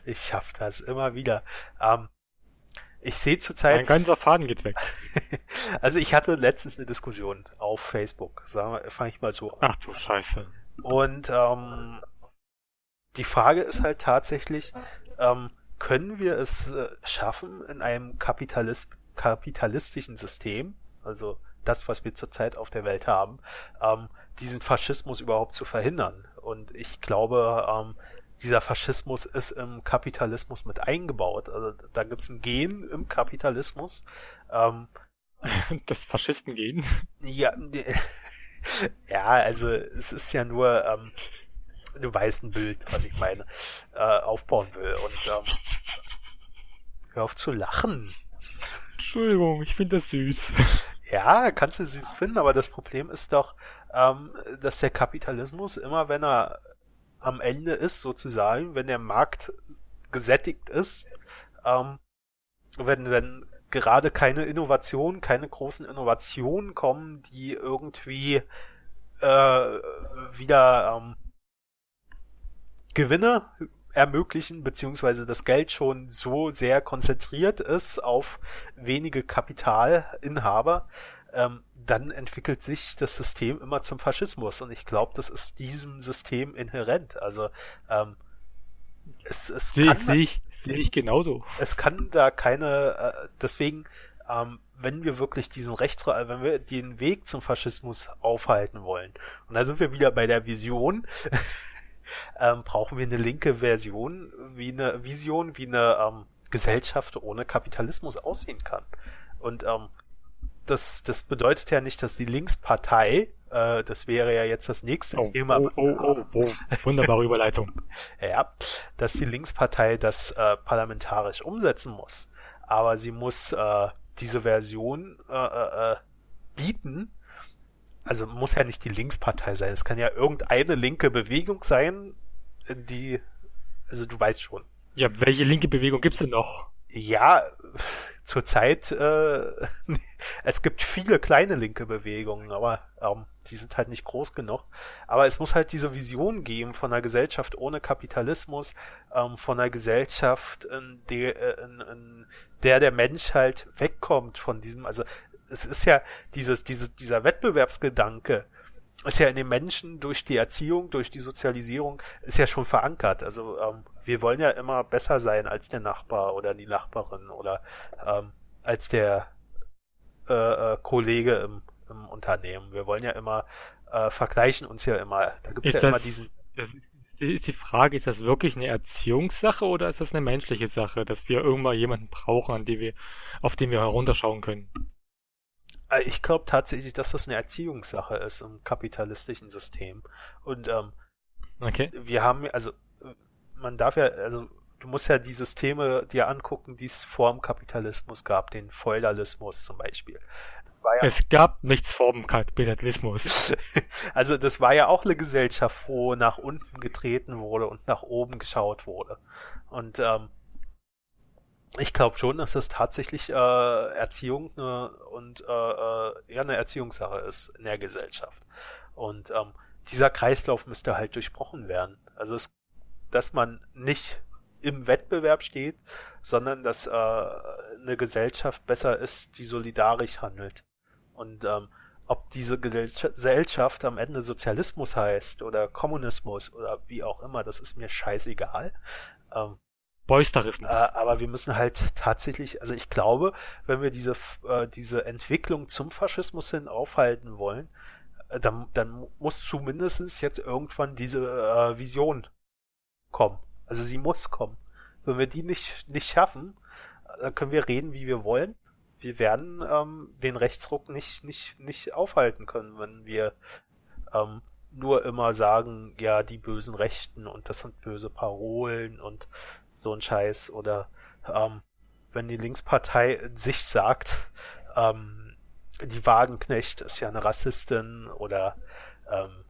Ich schaff das immer wieder. Ähm, ich sehe Mein zurzeit, ganzer Faden geht weg. also ich hatte letztens eine Diskussion auf Facebook, sagen wir, fange ich mal so an. Ach du Scheiße. Und ähm, die Frage ist halt tatsächlich, ähm, können wir es äh, schaffen, in einem Kapitalist kapitalistischen System, also das, was wir zurzeit auf der Welt haben, ähm, diesen Faschismus überhaupt zu verhindern? Und ich glaube, ähm, dieser Faschismus ist im Kapitalismus mit eingebaut. Also da gibt es ein Gen im Kapitalismus. Ähm, Das Faschisten gehen. ja, ja, also es ist ja nur, ähm, du weißt ein Bild, was ich meine, äh, aufbauen will. Und ähm, hör auf zu lachen. Entschuldigung, ich finde das süß. Ja, kannst du süß finden, aber das Problem ist doch, ähm, dass der Kapitalismus immer, wenn er am Ende ist, sozusagen, wenn der Markt gesättigt ist, ähm, wenn, wenn gerade keine Innovationen, keine großen Innovationen kommen, die irgendwie äh, wieder ähm, Gewinne ermöglichen, beziehungsweise das Geld schon so sehr konzentriert ist auf wenige Kapitalinhaber, ähm, dann entwickelt sich das System immer zum Faschismus. Und ich glaube, das ist diesem System inhärent. Also ähm, es, es Sehe kann ich, sehe ich, sehe ich genauso. es kann da keine, äh, deswegen, ähm, wenn wir wirklich diesen Rechts, wenn wir den Weg zum Faschismus aufhalten wollen, und da sind wir wieder bei der Vision, ähm, brauchen wir eine linke Version, wie eine Vision, wie eine ähm, Gesellschaft ohne Kapitalismus aussehen kann. Und ähm, das, das bedeutet ja nicht, dass die Linkspartei, äh, das wäre ja jetzt das nächste Oh, Thema, oh, was oh, wir oh, oh. Wunderbare Überleitung. ja, dass die Linkspartei das äh, parlamentarisch umsetzen muss. Aber sie muss äh, diese Version äh, äh, bieten. Also muss ja nicht die Linkspartei sein. Es kann ja irgendeine linke Bewegung sein, die, also du weißt schon. Ja, welche linke Bewegung gibt's denn noch? Ja, zurzeit, äh, es gibt viele kleine linke Bewegungen, aber ähm, die sind halt nicht groß genug. Aber es muss halt diese Vision geben von einer Gesellschaft ohne Kapitalismus, ähm, von einer Gesellschaft, in der, in, in der der Mensch halt wegkommt von diesem, also es ist ja dieses, diese, dieser Wettbewerbsgedanke, ist ja in den Menschen durch die Erziehung, durch die Sozialisierung, ist ja schon verankert. Also ähm, wir wollen ja immer besser sein als der Nachbar oder die Nachbarin oder ähm, als der äh, äh, Kollege im, im Unternehmen. Wir wollen ja immer, äh, vergleichen uns ja immer. Da gibt es Ist ja immer das, diesen, ist die Frage, ist das wirklich eine Erziehungssache oder ist das eine menschliche Sache, dass wir irgendwann jemanden brauchen, an die wir, auf den wir herunterschauen können? äh, ich glaube tatsächlich, dass das eine Erziehungssache ist im kapitalistischen System. Und ähm, Okay. wir haben, also man darf ja, also du musst ja die Systeme dir angucken, die es vor dem Kapitalismus gab, den Feudalismus zum Beispiel. War ja, Es gab nichts vor dem Kapitalismus. also das war ja auch eine Gesellschaft, wo nach unten getreten wurde und nach oben geschaut wurde. Und ähm, ich glaube schon, dass das tatsächlich äh, Erziehung ne, und äh, äh, ja eine Erziehungssache ist in der Gesellschaft. Und ähm, dieser Kreislauf müsste halt durchbrochen werden. Also es, dass man nicht im Wettbewerb steht, sondern dass äh, eine Gesellschaft besser ist, die solidarisch handelt. Und ähm, ob diese Gesellschaft am Ende Sozialismus heißt oder Kommunismus oder wie auch immer, das ist mir scheißegal. Ähm, Beusterismus. äh, aber wir müssen halt tatsächlich, also ich glaube, wenn wir diese äh, diese Entwicklung zum Faschismus hin aufhalten wollen, äh, dann, dann muss zumindest jetzt irgendwann diese äh, Vision kommen. Also sie muss kommen. Wenn wir die nicht nicht schaffen, dann können wir reden, wie wir wollen. Wir werden ähm, den Rechtsruck nicht nicht nicht aufhalten können, wenn wir ähm, nur immer sagen, ja, die bösen Rechten und das sind böse Parolen und so ein Scheiß. Oder ähm, wenn die Linkspartei in sich sagt, ähm, die Wagenknecht ist ja eine Rassistin oder ähm,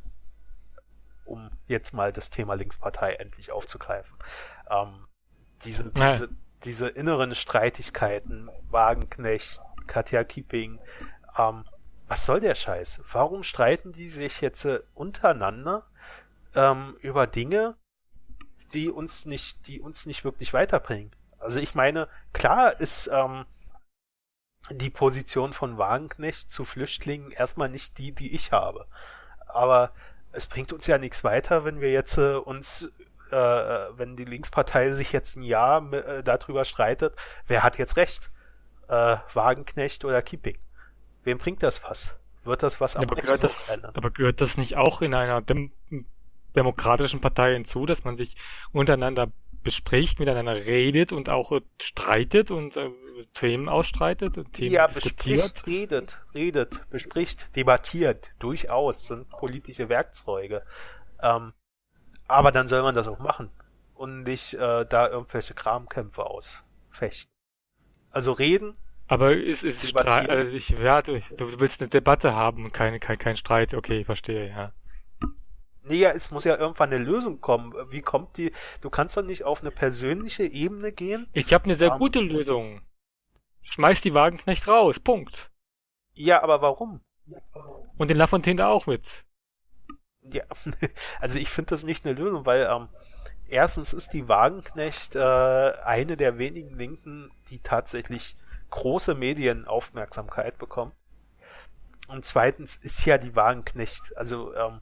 um jetzt mal das Thema Linkspartei endlich aufzugreifen. Ähm, diese, Ja. diese, diese inneren Streitigkeiten, Wagenknecht, Katja Kieping, ähm, was soll der Scheiß? Warum streiten die sich jetzt äh, untereinander ähm, über Dinge, die uns nicht, die uns nicht wirklich weiterbringen. Also ich meine, klar ist ähm, die Position von Wagenknecht zu Flüchtlingen erstmal nicht die, die ich habe. Aber es bringt uns ja nichts weiter, wenn wir jetzt äh, uns, äh, wenn die Linkspartei sich jetzt ein Jahr äh, darüber streitet, wer hat jetzt recht? Äh, Wagenknecht oder Kipping? Wem bringt das was? Wird das was am aber gehört das, ändern? aber gehört das nicht auch in einer Dem demokratischen Partei hinzu, dass man sich untereinander bespricht, miteinander redet und auch äh, streitet und äh, Themen ausstreitet, Themen ja, diskutiert? bespricht, redet, redet, bespricht, debattiert, durchaus, sind politische Werkzeuge. Ähm, aber dann soll man das auch machen und nicht äh, da irgendwelche Kramkämpfe ausfechten. Also reden. Aber ist es Streit, also ich, ja, du, du willst eine Debatte haben und kein, kein, kein Streit, okay, ich verstehe, ja. Nee, ja, es muss ja irgendwann eine Lösung kommen. Wie kommt die? Du kannst doch nicht auf eine persönliche Ebene gehen. Ich habe eine sehr um, gute Lösung. Schmeiß die Wagenknecht raus, Punkt. Ja, aber warum? Und den Lafontaine da auch mit. Ja, also ich finde das nicht eine Lösung, weil ähm, erstens ist die Wagenknecht äh, eine der wenigen Linken, die tatsächlich große Medienaufmerksamkeit bekommt. Und zweitens ist ja die Wagenknecht, also ähm,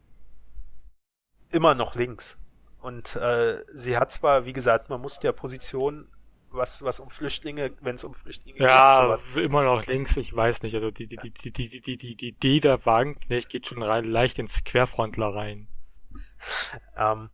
immer noch links. Und äh, sie hat zwar, wie gesagt, man muss der Position, was was um Flüchtlinge, wenn es um Flüchtlinge ja, geht, sowas. Immer noch links, ich weiß nicht. Also die die die die die die die die Idee der Wagenknecht geht schon rein, leicht ins Querfrontler rein. Ähm,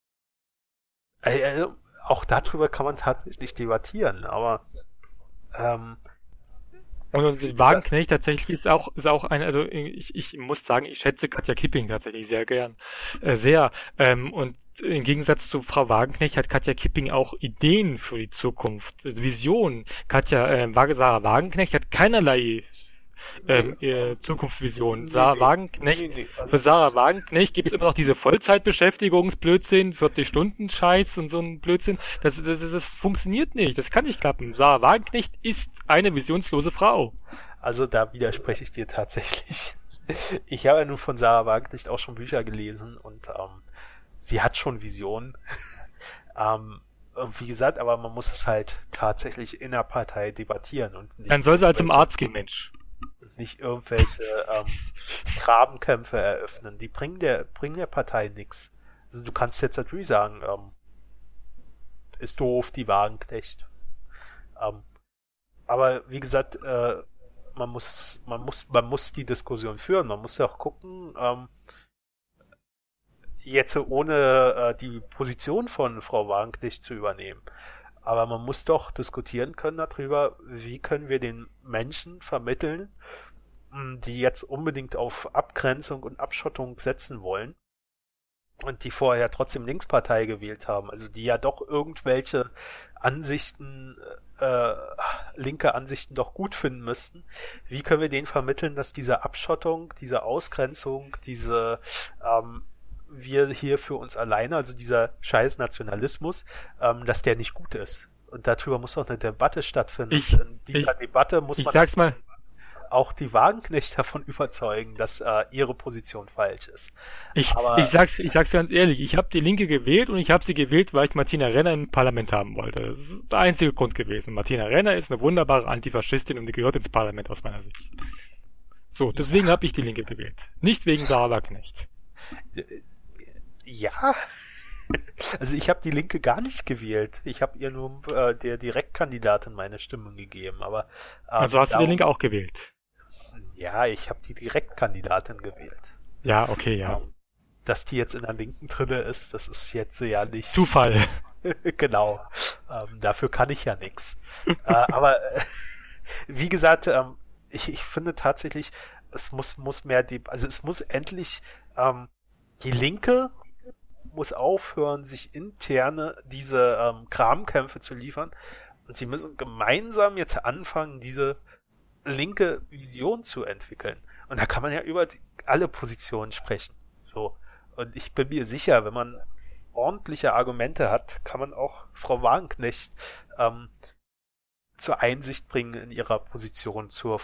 also, auch darüber kann man tatsächlich debattieren, aber ähm, und die Wagenknecht tatsächlich ist auch, ist auch eine, also ich, ich muss sagen, ich schätze Katja Kipping tatsächlich sehr gern, äh, sehr. Ähm, und im Gegensatz zu Frau Wagenknecht hat Katja Kipping auch Ideen für die Zukunft, also Visionen. Katja, äh, Sarah Wagenknecht hat keinerlei ähm, äh, Zukunftsvision. Sarah Wagenknecht, für Sarah Wagenknecht gibt es immer noch diese Vollzeitbeschäftigungsblödsinn, vierzig-Stunden-Scheiß und so ein Blödsinn. Das, das, das, das funktioniert nicht, das kann nicht klappen. Sarah Wagenknecht ist eine visionslose Frau. Also da widerspreche ich dir tatsächlich. Ich habe ja nun von Sarah Wagenknecht auch schon Bücher gelesen und ähm, sie hat schon Visionen. ähm, und wie gesagt, aber man muss es halt tatsächlich in der Partei debattieren. Und nicht Dann soll sie halt zum Arzt gehen, Mensch. Nicht irgendwelche ähm, Grabenkämpfe eröffnen. Die bringen der, bringen der Partei nichts. Also du kannst jetzt natürlich sagen, ähm, ist doof, die Wagenknecht. Ähm, aber wie gesagt, äh, man muss, man muss, man muss die Diskussion führen. Man muss ja auch gucken, ähm, jetzt ohne äh, die Position von Frau Wagenknecht zu übernehmen. Aber man muss doch diskutieren können darüber, wie können wir den Menschen vermitteln, die jetzt unbedingt auf Abgrenzung und Abschottung setzen wollen und die vorher trotzdem Linkspartei gewählt haben, also die ja doch irgendwelche Ansichten, äh, linke Ansichten doch gut finden müssten. Wie können wir denen vermitteln, dass diese Abschottung, diese Ausgrenzung, diese ähm, wir hier für uns alleine, also dieser scheiß Nationalismus, ähm, dass der nicht gut ist. Und darüber muss auch eine Debatte stattfinden. Ich, und in dieser ich, Debatte muss ich man sag's mal. auch die Wagenknecht davon überzeugen, dass äh, ihre Position falsch ist. Ich, Aber, ich sag's, ich sag's ganz ehrlich, ich habe die Linke gewählt und ich habe sie gewählt, weil ich Martina Renner im Parlament haben wollte. Das ist der einzige Grund gewesen. Martina Renner ist eine wunderbare Antifaschistin und die gehört ins Parlament aus meiner Sicht. So, deswegen ja. habe ich die Linke gewählt. Nicht wegen Sarah Wagenknecht. Ja, also ich habe die Linke gar nicht gewählt. Ich habe ihr nur äh, der Direktkandidatin meine Stimme gegeben. Aber ähm, also hast darum, du die Linke auch gewählt? Ja, ich habe die Direktkandidatin gewählt. Ja, okay, ja. Ähm, dass die jetzt in der Linken drinne ist, das ist jetzt ja nicht Zufall. Genau. Ähm, dafür kann ich ja nix. äh, aber äh, wie gesagt, ähm, ich, ich finde tatsächlich, es muss muss mehr die, also es muss endlich ähm, die Linke muss aufhören, sich interne diese ähm, Kramkämpfe zu liefern. Und sie müssen gemeinsam jetzt anfangen, diese linke Vision zu entwickeln. Und da kann man ja über die, alle Positionen sprechen. So. Und ich bin mir sicher, wenn man ordentliche Argumente hat, kann man auch Frau Wagenknecht ähm, zur Einsicht bringen in ihrer Position zur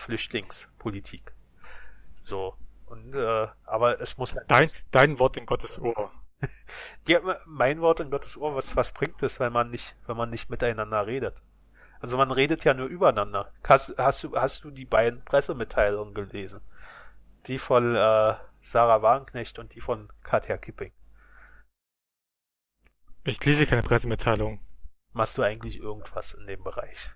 Flüchtlingspolitik. So. Und, äh, aber es muss halt Dein, dein Wort in Gottes Ohr. Ja, mein Wort in Gottes Ohr, was, was bringt es, wenn man nicht, wenn man nicht miteinander redet? Also man redet ja nur übereinander. Hast, hast du, hast du die beiden Pressemitteilungen gelesen? Die von äh, Sarah Wagenknecht und die von Katja Kipping. Ich lese keine Pressemitteilung. Machst du eigentlich irgendwas in dem Bereich?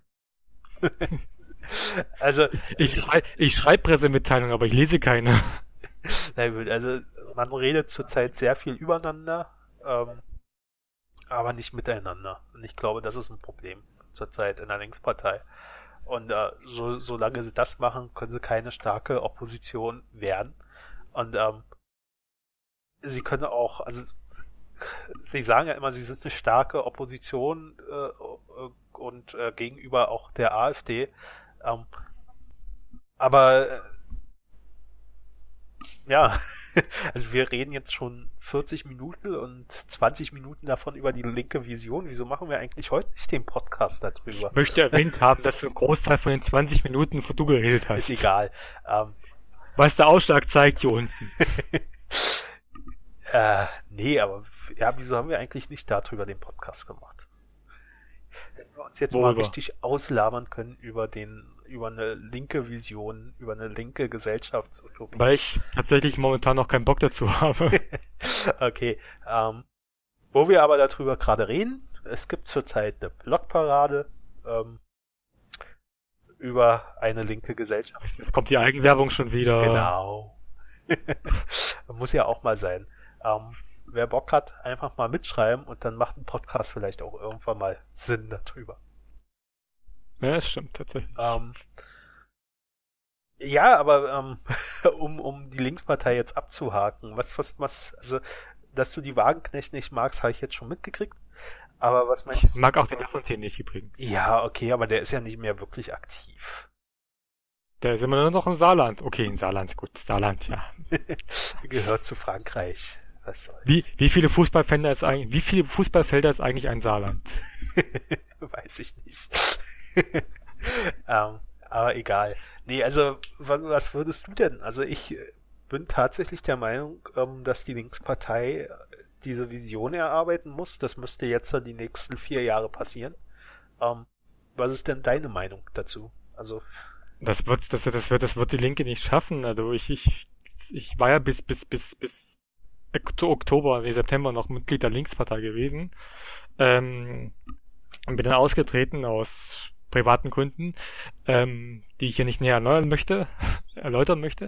Also ich, schrei ich schreibe Pressemitteilungen, aber ich lese keine. Na gut, also man redet zurzeit sehr viel übereinander, ähm, aber nicht miteinander. Und ich glaube, das ist ein Problem zurzeit in der Linkspartei. Und äh, so, solange sie das machen, können sie keine starke Opposition werden. Und ähm, sie können auch, also sie sagen ja immer, sie sind eine starke Opposition äh, und äh, gegenüber auch der AfD. Ähm, aber äh, ja, also wir reden jetzt schon vierzig Minuten und zwanzig Minuten davon über die linke Vision. Wieso machen wir eigentlich heute nicht den Podcast darüber? Ich möchte erwähnt haben, dass du einen Großteil von den zwanzig Minuten, wo du geredet hast. Ist egal. Ähm, Was der Ausschlag zeigt hier unten. äh, nee, aber ja, wieso haben wir eigentlich nicht darüber den Podcast gemacht? Wenn wir uns jetzt Worüber? mal richtig auslabern können über den, über eine linke Vision, über eine linke Gesellschaftsutopie. Weil ich tatsächlich momentan noch keinen Bock dazu habe. Okay, ähm, wo wir aber darüber gerade reden, es gibt zurzeit eine Blogparade ähm, über eine linke Gesellschaft. Jetzt kommt die Eigenwerbung schon wieder. Genau. Muss ja auch mal sein. Ähm, wer Bock hat, einfach mal mitschreiben und dann macht ein Podcast vielleicht auch irgendwann mal Sinn darüber. Ja, das stimmt tatsächlich. Ähm, ja, aber ähm, um, um die Linkspartei jetzt abzuhaken, was, was, was, also, dass du die Wagenknecht nicht magst, habe ich jetzt schon mitgekriegt. Aber was meinst du? Ich mag auch den Lafontaine nicht übrigens. Ja, okay, aber der ist ja nicht mehr wirklich aktiv. Der ist immer nur noch im Saarland. Okay, in Saarland, gut. Saarland, ja. Gehört zu Frankreich. Was soll's? Wie, wie viele Fußballfelder ist eigentlich, wie viele Fußballfelder ist eigentlich ein Saarland? Weiß ich nicht. ähm, aber egal. Nee, also, was, was würdest du denn? Also ich bin tatsächlich der Meinung, ähm, dass die Linkspartei diese Vision erarbeiten muss. Das müsste jetzt die nächsten vier Jahre passieren. Ähm, was ist denn deine Meinung dazu? Also das wird, das, das wird, das wird die Linke nicht schaffen. Also ich, ich, ich war ja bis, bis, bis, bis Oktober, nee, September noch Mitglied der Linkspartei gewesen. Ähm, und bin dann ausgetreten aus privaten Gründen, ähm, die ich hier nicht näher erneuern möchte, erläutern möchte.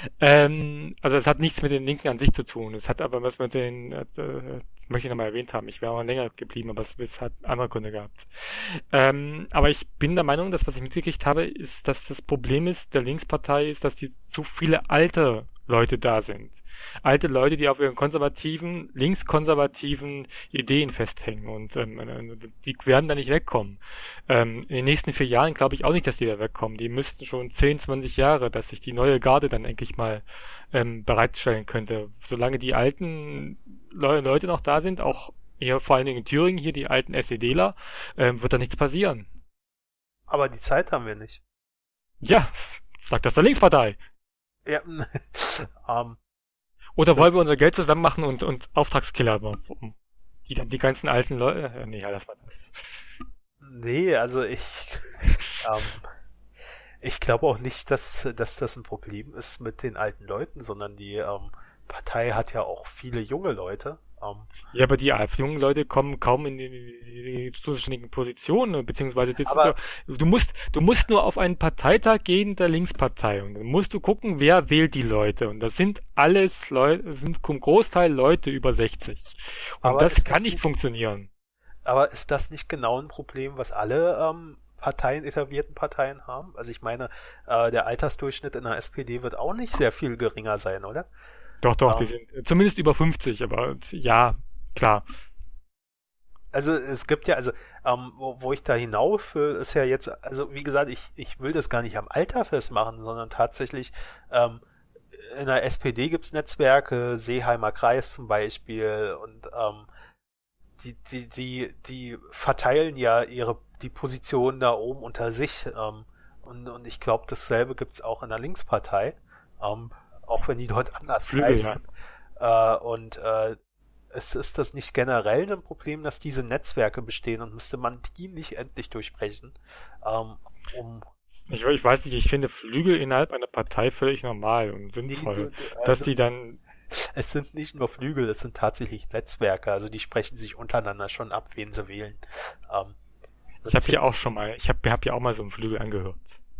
Ähm, also es hat nichts mit den Linken an sich zu tun. Es hat aber was mit den, äh, das möchte ich nochmal erwähnt haben, ich wäre auch länger geblieben, aber es, es hat andere Gründe gehabt. Ähm, aber ich bin der Meinung, dass was ich mitgekriegt habe, ist, dass das Problem ist, der Linkspartei ist, dass die zu viele alte Leute da sind. Alte Leute, die auf ihren konservativen, linkskonservativen Ideen festhängen und ähm, die werden da nicht wegkommen. Ähm, in den nächsten vier Jahren glaube ich auch nicht, dass die da wegkommen. Die müssten schon zehn, zwanzig Jahre, dass sich die neue Garde dann endlich mal ähm, bereitstellen könnte. Solange die alten Le- Leute noch da sind, auch hier vor allen Dingen in Thüringen, hier die alten SEDler, ähm, wird da nichts passieren. aber die Zeit haben wir nicht. Ja, sagt das der Linkspartei. Ja, ähm, Oder wollen wir unser Geld zusammen machen und, und Auftragskiller machen? Die, die ganzen alten Leute. Äh, nee, ja, das war das. nee, also ich ähm, ich glaube auch nicht, dass, dass das ein Problem ist mit den alten Leuten, sondern die ähm, Partei hat ja auch viele junge Leute. Ähm, Ja, aber die jungen Leute kommen kaum in die, die zuständigen Positionen, beziehungsweise das Aber- ist so, du musst, du musst nur auf einen Parteitag gehen der Linkspartei und dann musst du gucken, wer wählt die Leute und das sind alles Leute, sind zum Großteil Leute über sechzig und Aber das ist kann das nicht nicht- funktionieren. aber ist das nicht genau ein Problem, was alle ähm, Parteien, etablierten Parteien haben? Also ich meine, äh, der Altersdurchschnitt in der S P D wird auch nicht sehr viel geringer sein, oder? Doch, doch, Ja. die sind zumindest über fünfzig, aber ja, klar. Also es gibt ja, also ähm, wo, wo ich da hinauf will, ist ja jetzt, also wie gesagt, ich, ich will das gar nicht am Alter festmachen, sondern tatsächlich ähm, in der S P D gibt's Netzwerke, Seeheimer Kreis zum Beispiel und ähm, die, die, die, die verteilen ja ihre die Positionen da oben unter sich ähm, und, und ich glaube, dasselbe gibt's auch in der Linkspartei, ähm, auch wenn die dort anders Flügel, heißen. Äh, und äh, es ist das nicht generell ein Problem, dass diese Netzwerke bestehen und müsste man die nicht endlich durchbrechen, ähm, um Ich, ich weiß nicht, ich finde Flügel innerhalb einer Partei völlig normal und nee, sinnvoll, du, du, dass also die dann, es sind nicht nur Flügel, es sind tatsächlich Netzwerke, also die sprechen sich untereinander schon ab, wen sie wählen. Ähm, ich habe ja auch schon mal, ich habe hab ja auch mal so einen Flügel angehört.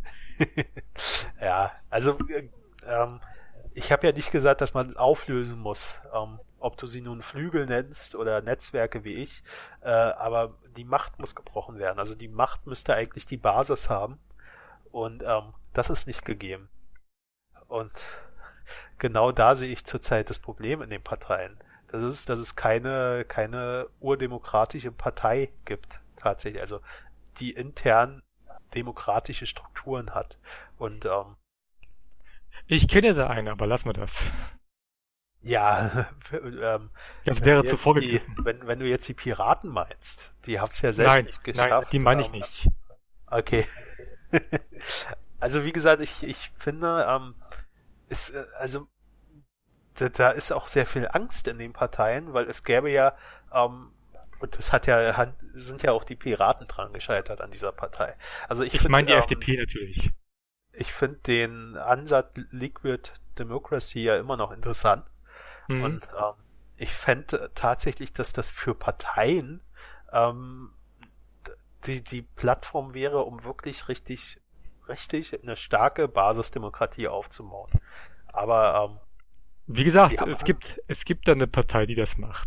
ja, also äh, ähm, ich habe ja nicht gesagt, dass man es auflösen muss, ähm, ob du sie nun Flügel nennst oder Netzwerke wie ich, äh, aber die Macht muss gebrochen werden. Also die Macht müsste eigentlich die Basis haben und ähm, das ist nicht gegeben. Und genau da sehe ich zurzeit das Problem in den Parteien. Das ist, dass es keine, keine urdemokratische Partei gibt, tatsächlich. Also die intern demokratische Strukturen hat. Und ähm, Ich kenne da eine, aber lass mal das. ja, ähm, Das wenn wäre du zu jetzt die, vorgegriffen. wenn, wenn du jetzt die Piraten meinst, die haben es ja selbst Nein, nicht nein, geschafft. die meine ich Ähm, nicht. okay. Also wie gesagt, ich, ich finde, ähm, ist, äh, also da, da ist auch sehr viel Angst in den Parteien, weil es gäbe ja, ähm, und das hat ja, han- sind ja auch die Piraten dran gescheitert an dieser Partei. Also ich Ich meine finde, die ähm, F D P natürlich. ich finde den Ansatz Liquid Democracy ja immer noch interessant. Mhm. Und ähm, ich fände tatsächlich, dass das für Parteien ähm, die, die Plattform wäre, um wirklich richtig, richtig eine starke Basisdemokratie aufzubauen. Aber ähm, Wie die gesagt, haben es gibt, es gibt da eine Partei, die das macht.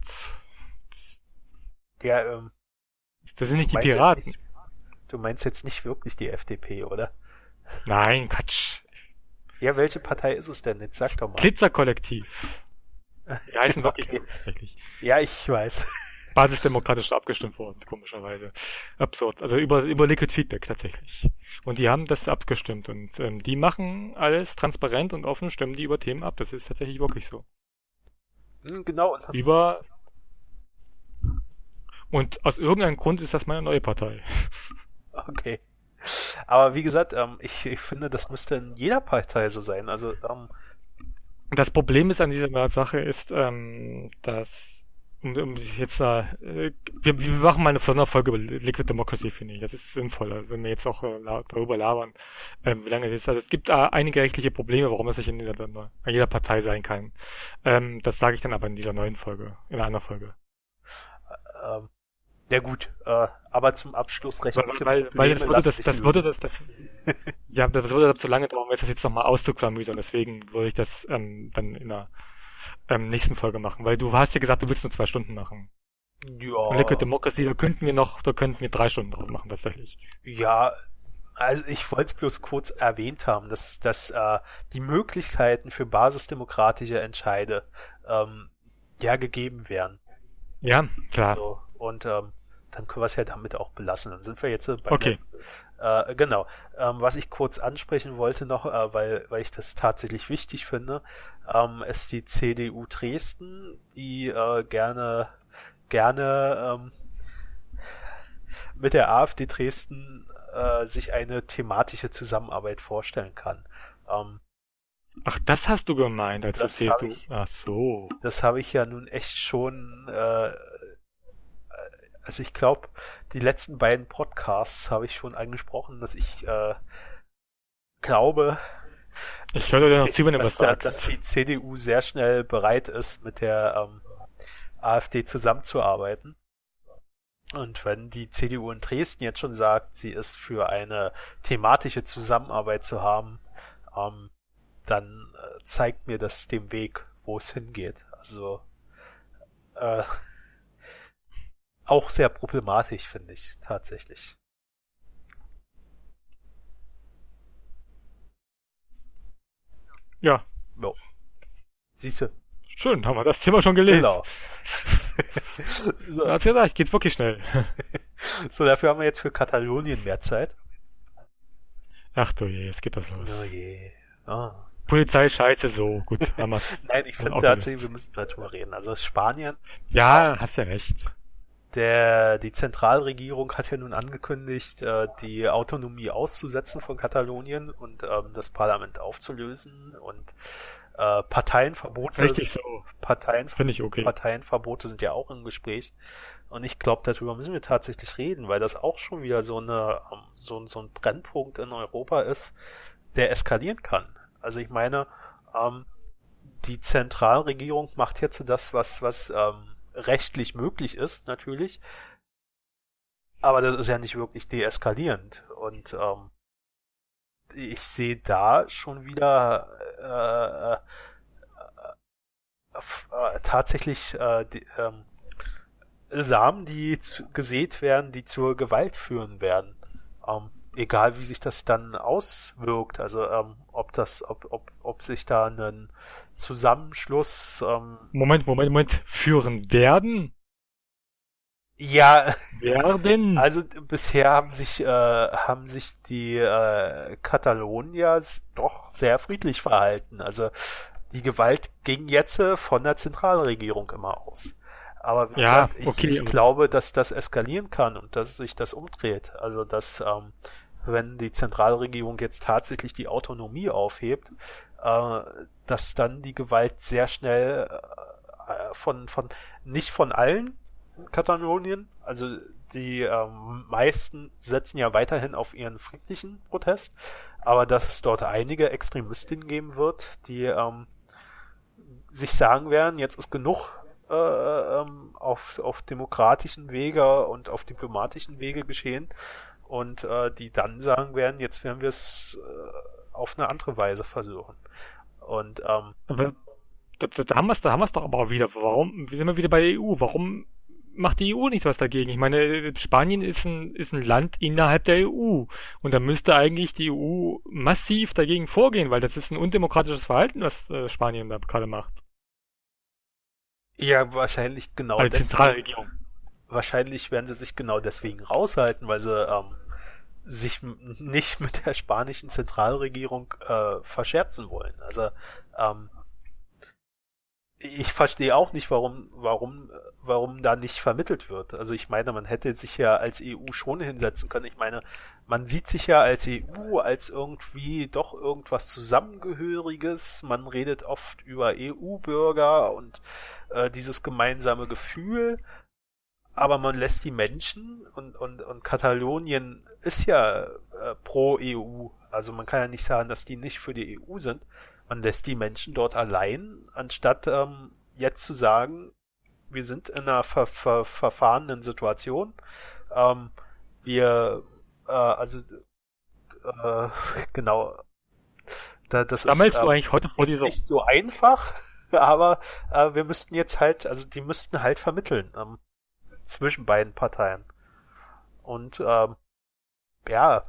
der, ähm, Das sind du nicht die meinst jetzt Piraten. nicht, du meinst jetzt nicht wirklich die F D P, oder? Nein, Quatsch. Ja, welche Partei ist es denn? Jetzt sag doch mal. Glitzerkollektiv. Die heißen wirklich Okay. so tatsächlich. Ja, ich weiß. Basisdemokratisch abgestimmt worden, komischerweise. Absurd. Also über, über Liquid Feedback tatsächlich. Und die haben das abgestimmt und ähm, die machen alles transparent und offen, stimmen die über Themen ab. Das ist tatsächlich wirklich so. Hm, genau, und das, Über und aus irgendeinem Grund ist das meine neue Partei. okay. Aber wie gesagt, ähm, ich, ich finde, das müsste in jeder Partei so sein. Also, ähm, Das Problem ist an dieser Sache ist, ähm, dass um, um jetzt äh, wir, wir machen mal eine Sonderfolge über Liquid Democracy, finde ich. Das ist sinnvoller, wenn wir jetzt auch äh, la darüber labern, ähm, wie lange es ist. Also es gibt äh, einige rechtliche Probleme, warum es nicht in jeder, in jeder Partei sein kann. Ähm, das sage ich dann aber in dieser neuen Folge, in einer anderen Folge. ähm, ja gut, äh, aber zum Abschluss Weil, rechtliche weil, weil Probleme das würde lassen das, sich das würde lösen. das, das ja, das würde zu lange dauern, jetzt das jetzt nochmal auszuklamüsern. Deswegen würde ich das ähm, dann in einer ähm, nächsten Folge machen, weil du hast ja gesagt, du willst nur zwei Stunden machen. Und Liquid Ja, Democracy, da könnten wir noch, da könnten wir drei Stunden draus machen tatsächlich. ja, also ich wollte es bloß kurz erwähnt haben, dass, dass äh, die Möglichkeiten für basisdemokratische Entscheide ähm, ja gegeben wären. Ja, klar. So, und ähm, dann können wir es ja damit auch belassen. Dann sind wir jetzt äh, bei Okay. der, äh, genau. Ähm, was ich kurz ansprechen wollte noch, äh, weil, weil ich das tatsächlich wichtig finde, ähm, ist die C D U Dresden, die äh, gerne, gerne ähm, mit der AfD Dresden äh, sich eine thematische Zusammenarbeit vorstellen kann. Ähm, Ach, das hast du gemeint, als Das erzählst hab du. ich- Ach so. das habe ich ja nun echt schon, äh, also ich glaube, die letzten beiden Podcasts habe ich schon angesprochen, dass ich äh, glaube, Ich dass höre die, dir noch C- zu, wenn du dass, was da, sagst. dass die C D U sehr schnell bereit ist, mit der ähm, AfD zusammenzuarbeiten. Und wenn die C D U in Dresden jetzt schon sagt, sie ist für eine thematische Zusammenarbeit zu haben, ähm, dann äh, zeigt mir das den Weg, wo es hingeht. Also äh, auch sehr problematisch, finde ich, tatsächlich. Ja, Jo. Siehst du? schön, haben wir das Thema schon gelesen. Genau. Du so, hast gesagt, geht's wirklich schnell. so, dafür haben wir jetzt für Katalonien mehr Zeit. Ach du je, jetzt geht das Oh los. je. Ah. Polizei scheiße, so, gut, haben wir's. Nein, ich finde Auch tatsächlich, gelöst. wir müssen darüber reden. Also Spanien, Ja, hast ja recht. der, die Zentralregierung hat ja nun angekündigt, äh, die Autonomie auszusetzen von Katalonien und ähm, das Parlament aufzulösen und Äh, Parteienverbote, Richtig so. Parteien, Finde ich okay. Parteienverbote sind ja auch im Gespräch. Und ich glaube, darüber müssen wir tatsächlich reden, weil das auch schon wieder so eine, ähm, so, so ein Brennpunkt in Europa ist, der eskalieren kann. Also ich meine, ähm, die Zentralregierung macht jetzt das, was, was ähm, rechtlich möglich ist, natürlich. Aber das ist ja nicht wirklich deeskalierend. Und ähm, ich sehe da schon wieder äh, äh, äh, tatsächlich äh, die, ähm, Samen, die zu, gesät werden, die zur Gewalt führen werden. Ähm, egal wie sich das dann auswirkt. Also ähm, ob das, ob, ob, ob sich da ein Zusammenschluss ähm, Moment, Moment, Moment. Führen werden? ja, Werden? also bisher haben sich äh, haben sich die äh, Katalonier doch sehr friedlich verhalten. Also die Gewalt ging jetzt äh, von der Zentralregierung immer aus. Aber wie Ja, gesagt, ich, okay. ich aber- glaube, dass das eskalieren kann und dass sich das umdreht. Also dass ähm, wenn die Zentralregierung jetzt tatsächlich die Autonomie aufhebt, äh, dass dann die Gewalt sehr schnell äh, von von nicht von allen Katalonien, also die ähm, meisten setzen ja weiterhin auf ihren friedlichen Protest, aber dass es dort einige Extremistinnen geben wird, die ähm, sich sagen werden, jetzt ist genug äh, ähm, auf, auf demokratischen Wege und auf diplomatischen Wege geschehen und äh, die dann sagen werden, jetzt werden wir es äh, auf eine andere Weise versuchen. Und ähm, aber da, da da haben wir es da haben wir's doch aber auch wieder. Warum? Wir sind wir wieder bei der E U. Warum macht die E U nichts was dagegen? Ich meine, Spanien ist ein, ist ein Land innerhalb der E U. Und da müsste eigentlich die E U massiv dagegen vorgehen, weil das ist ein undemokratisches Verhalten, was äh, Spanien da gerade macht. ja, wahrscheinlich genau Als deswegen, Zentralregierung. wahrscheinlich werden sie sich genau deswegen raushalten, weil sie ähm, sich m- nicht mit der spanischen Zentralregierung äh, verscherzen wollen. Also ähm, ich verstehe auch nicht, warum, warum, warum da nicht vermittelt wird. Also ich meine, man hätte sich ja als E U schon hinsetzen können. Ich meine, man sieht sich ja als E U als irgendwie doch irgendwas Zusammengehöriges. Man redet oft über E U-Bürger und äh, dieses gemeinsame Gefühl. Aber man lässt die Menschen und, und, und Katalonien ist ja äh, pro E U. Also man kann ja nicht sagen, dass die nicht für die E U sind. Man lässt die Menschen dort allein, anstatt ähm, jetzt zu sagen, wir sind in einer ver ver verfahrenen Situation. Ähm, wir, äh, also äh, genau, da, das ist Sammelst du ähm, eigentlich heute vor jetzt dieser nicht so einfach, aber äh, wir müssten jetzt halt, also die müssten halt vermitteln ähm, zwischen beiden Parteien. Und ähm, ja,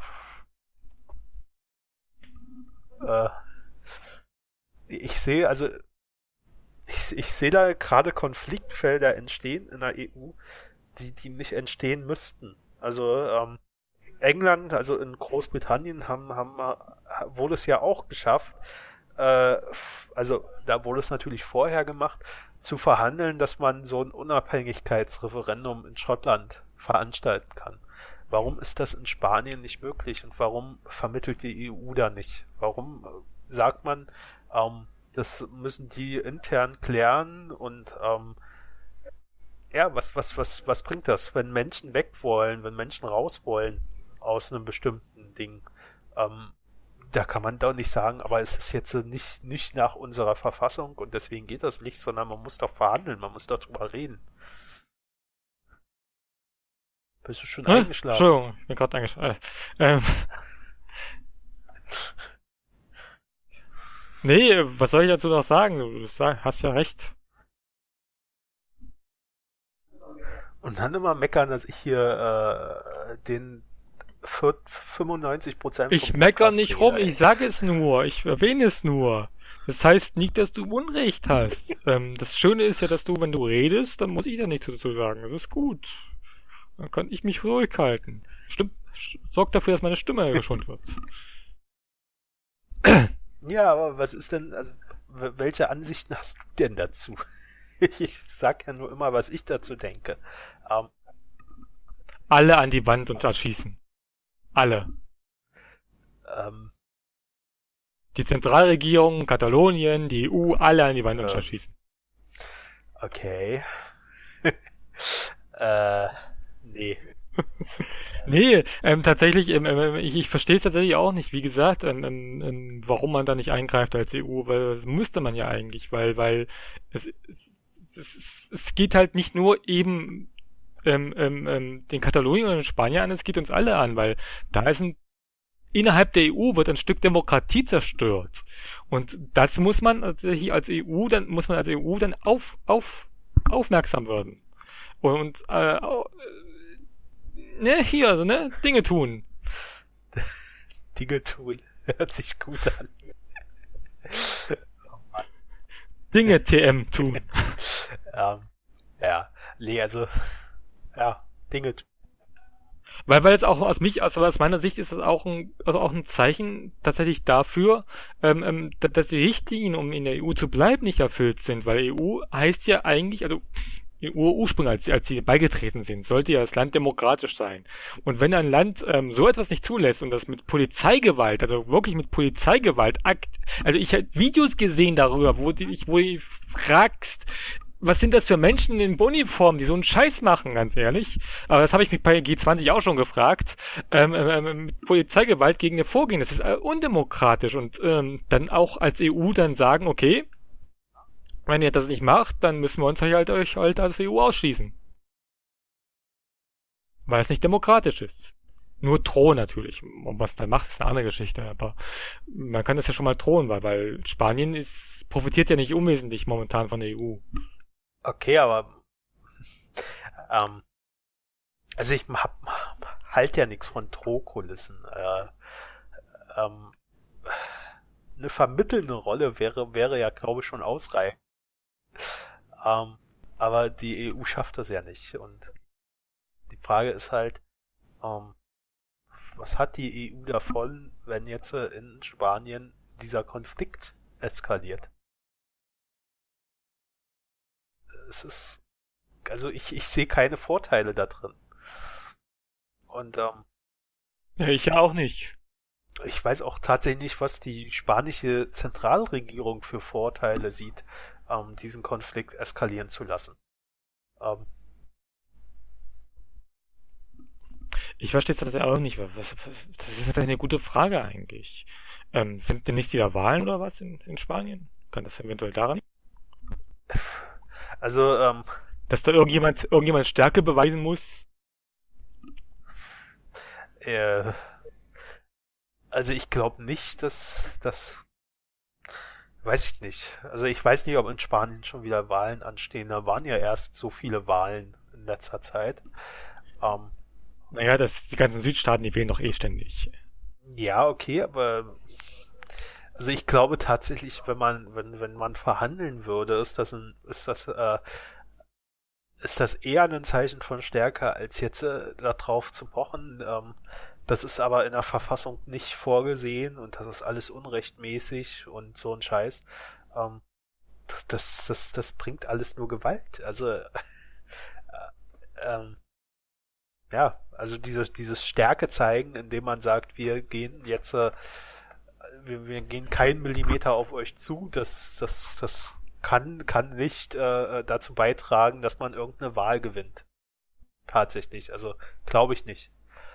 äh, ich sehe, also ich, ich sehe da gerade Konfliktfelder entstehen in der E U, die, die nicht entstehen müssten. Also ähm, England, also in Großbritannien haben, haben äh, wurde es ja auch geschafft, äh, f- also da wurde es natürlich vorher gemacht, zu verhandeln, dass man so ein Unabhängigkeitsreferendum in Schottland veranstalten kann. Warum ist das in Spanien nicht möglich und warum vermittelt die E U da nicht? Warum äh, sagt man, ähm, das müssen die intern klären und ähm, ja, was, was, was, was bringt das, wenn Menschen weg wollen, wenn Menschen raus wollen aus einem bestimmten Ding? Ähm, da kann man doch nicht sagen, aber es ist jetzt nicht, nicht nach unserer Verfassung und deswegen geht das nicht, sondern man muss doch verhandeln, man muss doch drüber reden. Bist du schon Hä? eingeschlafen? Entschuldigung, ich bin gerade eingeschlafen. Äh, ähm, nee, was soll ich dazu noch sagen? Du sag- hast ja recht. Und dann immer meckern, dass ich hier äh, den vier- fünfundneunzig Prozent Ich vom meckere Podcast nicht rum, rede, ey. ich sage es nur, ich erwähne es nur. Das heißt nicht, dass du Unrecht hast. Ähm, das Schöne ist ja, dass du, wenn du redest, dann muss ich da nichts dazu sagen. Das ist gut. Dann kann ich mich ruhig halten. Stimmt, sorgt dafür, dass meine Stimme geschont wird. Ja, aber was ist denn, also w- welche Ansichten hast du denn dazu? Ich sag ja nur immer, was ich dazu denke. Ähm, Alle an die Wand und erschießen. Alle. ähm, Die Zentralregierung, Katalonien, die E U, alle an die Wand und Ähm, schießen. okay. äh, nee. Nee, ähm, tatsächlich, ähm, ähm, ich, ich verstehe es tatsächlich auch nicht, wie gesagt, ähm, ähm, ähm, warum man da nicht eingreift als E U, weil das müsste man ja eigentlich, weil, weil es, es, es, es geht halt nicht nur eben ähm, ähm, ähm, den Katalonien und den Spaniern an, es geht uns alle an, weil da ist ein innerhalb der E U wird ein Stück Demokratie zerstört. Und das muss man tatsächlich als E U, dann muss man als E U dann auf, auf, aufmerksam werden. Und äh, au- ne, hier, also, ne, Dinge tun. Dinge tun. Hört sich gut an. Dinge T M tun. ähm, ja. Nee, also, ja, Dinge tun. Weil, weil jetzt auch aus mich, also aus meiner Sicht ist das auch ein, also auch ein Zeichen tatsächlich dafür, ähm, ähm, da- dass die Richtlinien, um in der E U zu bleiben, nicht erfüllt sind. Weil E U heißt ja eigentlich, also die Ursprung, als, als sie beigetreten sind, sollte ja das Land demokratisch sein. Und wenn ein Land ähm, so etwas nicht zulässt und das mit Polizeigewalt, also wirklich mit Polizeigewalt, akt, also ich habe Videos gesehen darüber, wo du dich, wo du fragst, was sind das für Menschen in Uniform, die so einen Scheiß machen, ganz ehrlich. Aber das habe ich mich bei G zwanzig auch schon gefragt. Ähm, ähm, mit Polizeigewalt gegen eine Vorgehen, das ist äh, undemokratisch. Und ähm, dann auch als E U dann sagen, okay, wenn ihr das nicht macht, dann müssen wir uns halt euch halt als E U ausschließen. Weil es nicht demokratisch ist. Nur drohen natürlich. Und was man macht, ist eine andere Geschichte. Aber man kann das ja schon mal drohen, weil, weil Spanien ist, profitiert ja nicht unwesentlich momentan von der E U. Okay, aber ähm, also ich hab, halt ja nichts von Drohkulissen. Äh, ähm, eine vermittelnde Rolle wäre, wäre ja, glaube ich, schon ausreichend. Ähm, aber die E U schafft das ja nicht. Und die Frage ist halt, ähm, was hat die E U davon, wenn jetzt äh, in Spanien dieser Konflikt eskaliert? Es ist, also ich, ich sehe keine Vorteile da drin. Und ähm, Ja, ich ja auch nicht. ich weiß auch tatsächlich nicht, was die spanische Zentralregierung für Vorteile sieht, ähm, diesen Konflikt eskalieren zu lassen. Ähm, Ich verstehe es tatsächlich auch nicht. Was, was, das ist tatsächlich eine gute Frage eigentlich. Ähm, sind denn nicht wieder Wahlen oder was in, in Spanien? Kann das eventuell daran? also, ähm, Dass da irgendjemand, irgendjemand Stärke beweisen muss? äh, also ich glaube nicht, dass das, weiß ich nicht. Also ich weiß nicht, ob in Spanien schon wieder Wahlen anstehen. Da waren ja erst so viele Wahlen in letzter Zeit. Ähm, Naja, das, die ganzen Südstaaten, die wählen doch eh ständig. ja, okay, aber also ich glaube tatsächlich, wenn man, wenn, wenn man verhandeln würde, ist das ein, ist das, äh, ist das eher ein Zeichen von Stärke, als jetzt äh, darauf zu pochen. Ähm, das ist aber in der Verfassung nicht vorgesehen und das ist alles unrechtmäßig und so ein Scheiß. Ähm, das, das, das bringt alles nur Gewalt. Also, äh, ähm, ja, also diese, dieses Stärke zeigen, indem man sagt, wir gehen jetzt, äh, wir, wir gehen keinen Millimeter auf euch zu, das, das, das kann, kann nicht äh, dazu beitragen, dass man irgendeine Wahl gewinnt. Tatsächlich, also glaube ich nicht.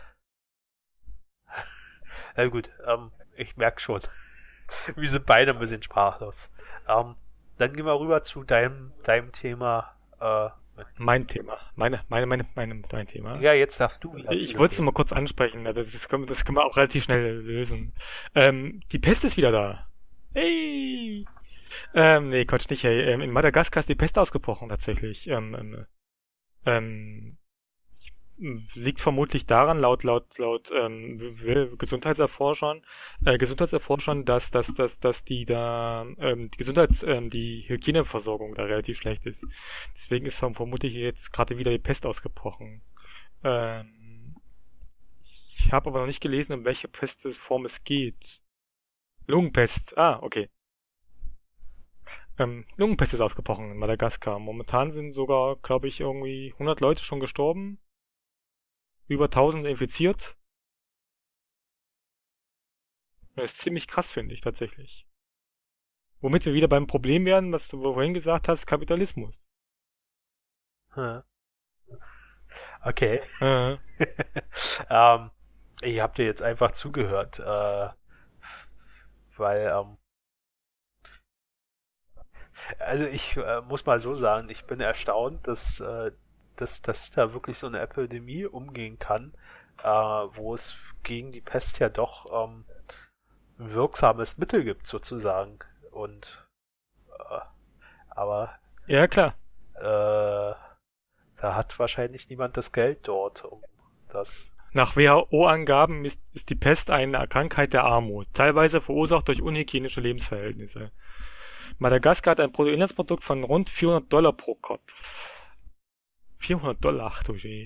Na gut, ähm, ich merke schon. Wir sind beide ein bisschen sprachlos. Ähm, dann gehen wir rüber zu deinem, deinem Thema. Äh, Mein Thema. Meine, meine, meine, meine, mein Thema. ja, jetzt darfst du wieder. Ich wollte es nur mal kurz ansprechen, also das können, das können wir auch relativ schnell lösen. Ähm, die Pest ist wieder da. Hey! Ähm, nee, Quatsch nicht, hey. Ähm, in Madagaskar ist die Pest ausgebrochen tatsächlich. Ähm, ähm, ähm, liegt vermutlich daran, laut laut laut ähm, Gesundheitserforschern, äh, Gesundheitserforschern, dass dass dass dass die da ähm, die Gesundheits ähm, die Hygieneversorgung da relativ schlecht ist. Deswegen ist vermutlich jetzt gerade wieder die Pest ausgebrochen. Ähm, ich habe aber noch nicht gelesen, um welche Pestform es geht. Lungenpest. Ah, okay. Ähm, Lungenpest ist ausgebrochen in Madagaskar. Momentan sind sogar, glaube ich, irgendwie hundert Leute schon gestorben. Über tausend infiziert. Das ist ziemlich krass, finde ich tatsächlich. Womit wir wieder beim Problem wären, was du vorhin gesagt hast, Kapitalismus. Hm. Okay. Äh, ähm, ich habe dir jetzt einfach zugehört, äh, weil, ähm, also ich äh, muss mal so sagen, ich bin erstaunt, dass, äh, dass, dass da wirklich so eine Epidemie umgehen kann, äh, wo es gegen die Pest ja doch ähm, ein wirksames Mittel gibt, sozusagen. Und äh, aber ja, klar. äh, da hat wahrscheinlich niemand das Geld dort, um das. Nach W H O-Angaben ist, ist die Pest eine Krankheit der Armut, teilweise verursacht durch unhygienische Lebensverhältnisse. Madagaskar hat ein Bruttoinlandsprodukt von rund vierhundert Dollar pro Kopf. vierhundert Dollar, ach du je.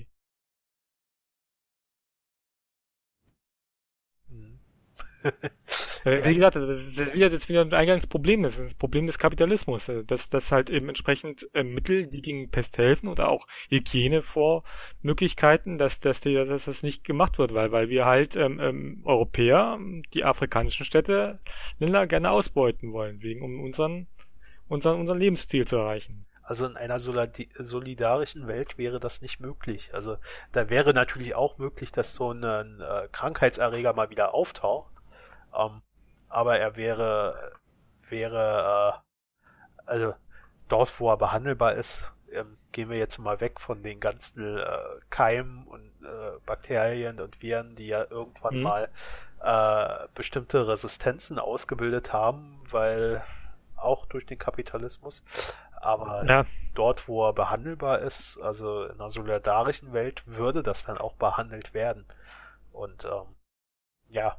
Hm. Äh, Wie gesagt, das ist wieder, das ist wieder ein Eingangsproblem. Das ist das Problem des Kapitalismus. äh, Dass, dass halt eben entsprechend äh, Mittel, die gegen Pest helfen oder auch Hygienevormöglichkeiten, dass, dass, die, dass das nicht gemacht wird, weil, weil wir halt ähm, ähm, Europäer ähm, die afrikanischen Städte, Länder gerne ausbeuten wollen, wegen um unseren, unseren, unseren Lebensstil zu erreichen. Also in einer solidi- solidarischen Welt wäre das nicht möglich. Also da wäre natürlich auch möglich, dass so ein äh, Krankheitserreger mal wieder auftaucht. Ähm, aber er wäre, wäre, äh, also dort, wo er behandelbar ist, ähm, gehen wir jetzt mal weg von den ganzen äh, Keimen und äh, Bakterien und Viren, die ja irgendwann Hm? mal äh, bestimmte Resistenzen ausgebildet haben, weil auch durch den Kapitalismus. Aber Ja, dort, wo er behandelbar ist, also in einer solidarischen Welt, würde das dann auch behandelt werden. Und ähm, ja,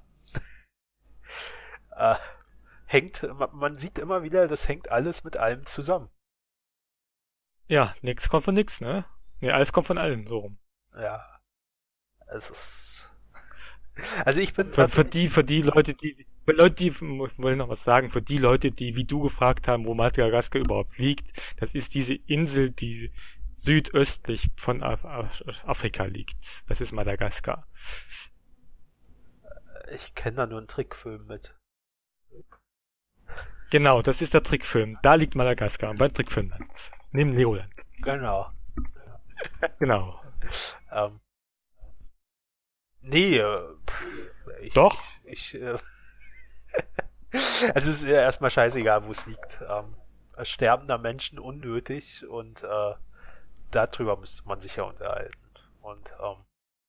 äh, hängt, man, man sieht immer wieder, das hängt alles mit allem zusammen. ja, nix kommt von nix, ne? Ne, alles kommt von allem, so rum. Ja, es ist. Also ich bin, da Für, für bin ich, die, für die Leute, die, für Leute, die, ich will noch was sagen, für die Leute, die, wie du gefragt haben, wo Madagaskar überhaupt liegt, das ist diese Insel, die südöstlich von Af Af Afrika liegt. Das ist Madagaskar. ich kenne da nur einen Trickfilm mit. Genau, das ist der Trickfilm. Da liegt Madagaskar, beim Trickfilmland. Neben Legoland. Genau. Genau. Ähm, nee, äh, pff, ich, Doch, ich, äh, es ist ja erstmal scheißegal, wo es liegt. Ähm, es sterben da Menschen unnötig und äh, darüber müsste man sich ja unterhalten. Und ähm,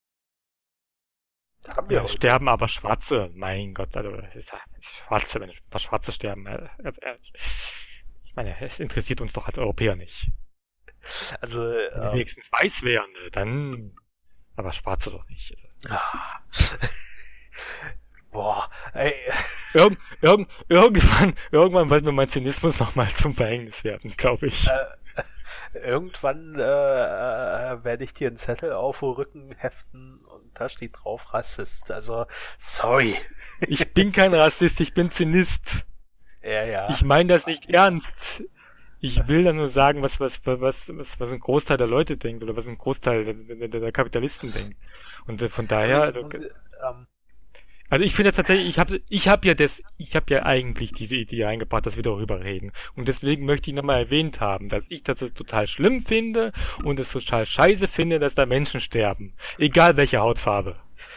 das haben wir ja, es heute. sterben aber Schwarze. Mein Gott, also, es ist ja Schwarze, wenn ein paar Schwarze sterben, äh, ganz ehrlich. Ich meine, es interessiert uns doch als Europäer nicht. Also, Wenn wir ähm, wenigstens weiß wären, ne, dann, aber Schwarze doch nicht. ah, boah, ey, Irgend, irgend, irgendwann, irgendwann wird mir mein Zynismus nochmal zum Verhängnis werden, glaube ich. äh, irgendwann äh, äh, werde ich dir einen Zettel auf den Rücken heften und da steht drauf Rassist. Also, sorry. Ich bin kein Rassist, ich bin Zynist. Ja, ja. Ich meine das nicht ernst. Ich will da nur sagen, was, was, was, was, was ein Großteil der Leute denkt oder was ein Großteil der, der, der Kapitalisten denkt. Und äh, von daher, Also, also, ich muss, ähm, also ich finde tatsächlich, ich habe ich hab ja das, ich habe ja eigentlich diese Idee eingebracht, dass wir darüber reden. Und deswegen möchte ich nochmal erwähnt haben, dass ich das total schlimm finde und es total scheiße finde, dass da Menschen sterben. Egal welche Hautfarbe.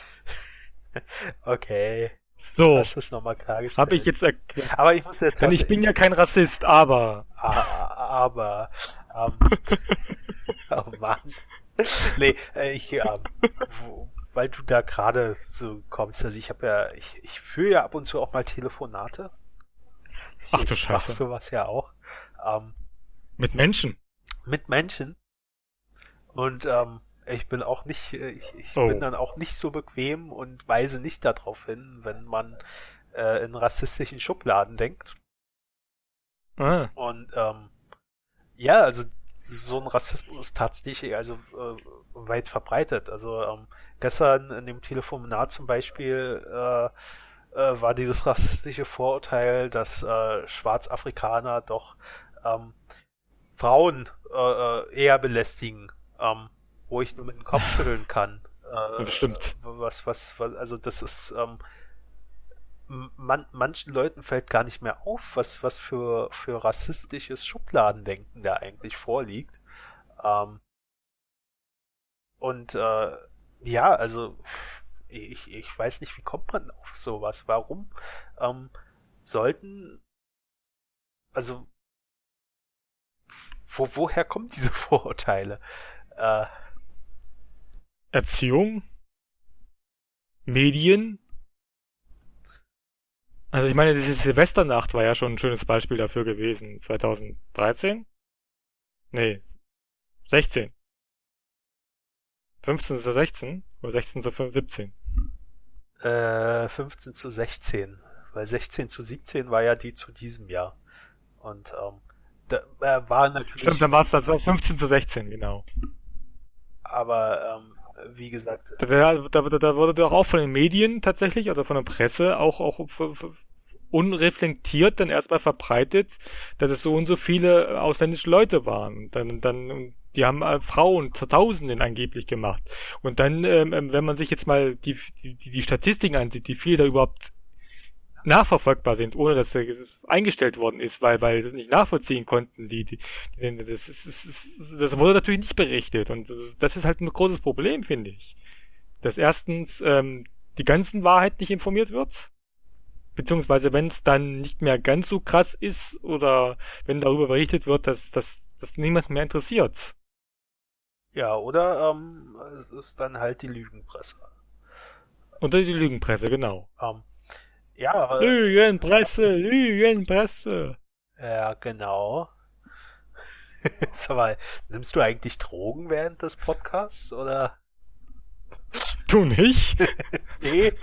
okay, So, hast du es nochmal klargestellt. habe ich jetzt erklärt. Aber ich muss jetzt Denn ich bin ja kein Rassist, aber... aber, ähm, oh Mann. Nee, äh, ich, ähm, wo, weil du da gerade so kommst, also ich habe ja, ich, ich führe ja ab und zu auch mal Telefonate. Ich, Ach du ich mach Scheiße. sowas ja auch. Ähm, Mit Menschen. mit Menschen. Und ähm, ich bin auch nicht, äh, ich, ich Oh. bin dann auch nicht so bequem und weise nicht darauf hin, wenn man äh, in rassistischen Schubladen denkt. Ah. Und ähm, ja, also so ein Rassismus ist tatsächlich also äh, weit verbreitet. Also ähm, gestern in dem Telefonat zum Beispiel äh, äh, war dieses rassistische Vorurteil, dass äh, Schwarzafrikaner doch ähm, Frauen äh, äh, eher belästigen, ähm, wo ich nur mit dem Kopf schütteln kann. Äh, Das stimmt. Was, was, was, also das ist ähm, man, manchen Leuten fällt gar nicht mehr auf, was, was für, für rassistisches Schubladendenken da eigentlich vorliegt. Ähm, und äh, ja, also ich, ich weiß nicht, wie kommt man auf sowas? Warum ähm, sollten, also wo, woher kommen diese Vorurteile? Äh, Erziehung, Medien. Also ich meine, diese Silvesternacht war ja schon ein schönes Beispiel dafür gewesen. zwanzig dreizehn? Nee, sechzehn. fünfzehn zu sechzehn oder sechzehn zu siebzehn? äh, fünfzehn zu sechzehn, weil sechzehn zu siebzehn war ja die zu diesem Jahr. Und ähm, da äh, war natürlich... Stimmt, dann war es das fünfzehn zu sechzehn, genau. Aber ähm, wie gesagt... Da, da, da wurde doch auch von den Medien tatsächlich, oder von der Presse, auch, auch unreflektiert dann erstmal verbreitet, dass es so und so viele ausländische Leute waren. Dann, dann, die haben äh, Frauen zu Tausenden angeblich gemacht. Und dann, ähm, wenn man sich jetzt mal die, die, die Statistiken ansieht, wie viele da überhaupt nachverfolgbar sind, ohne dass der eingestellt worden ist, weil weil das nicht nachvollziehen konnten. Die, die, die das, ist, das, das wurde natürlich nicht berichtet und das ist halt ein großes Problem, finde ich. Dass erstens ähm, die ganzen Wahrheit nicht informiert wird, beziehungsweise wenn es dann nicht mehr ganz so krass ist oder wenn darüber berichtet wird, dass dass das niemand mehr interessiert. Ja, oder ähm, es ist dann halt die Lügenpresse. Oder die Lügenpresse, genau. Ähm, Ja, äh, Lügenpresse, Lügenpresse. ja, genau. Sag mal, nimmst du eigentlich Drogen während des Podcasts, oder? Du nicht? Nee.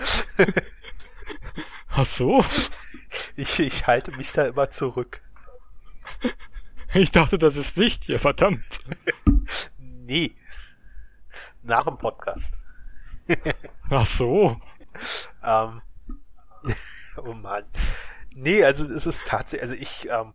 Ach so? Ich, ich halte mich da immer zurück. Ich dachte, das ist wichtig, verdammt. Nee. Nach dem Podcast. Ach so. Ähm, oh Mann. Nee, also es ist tatsächlich, also ich, ähm,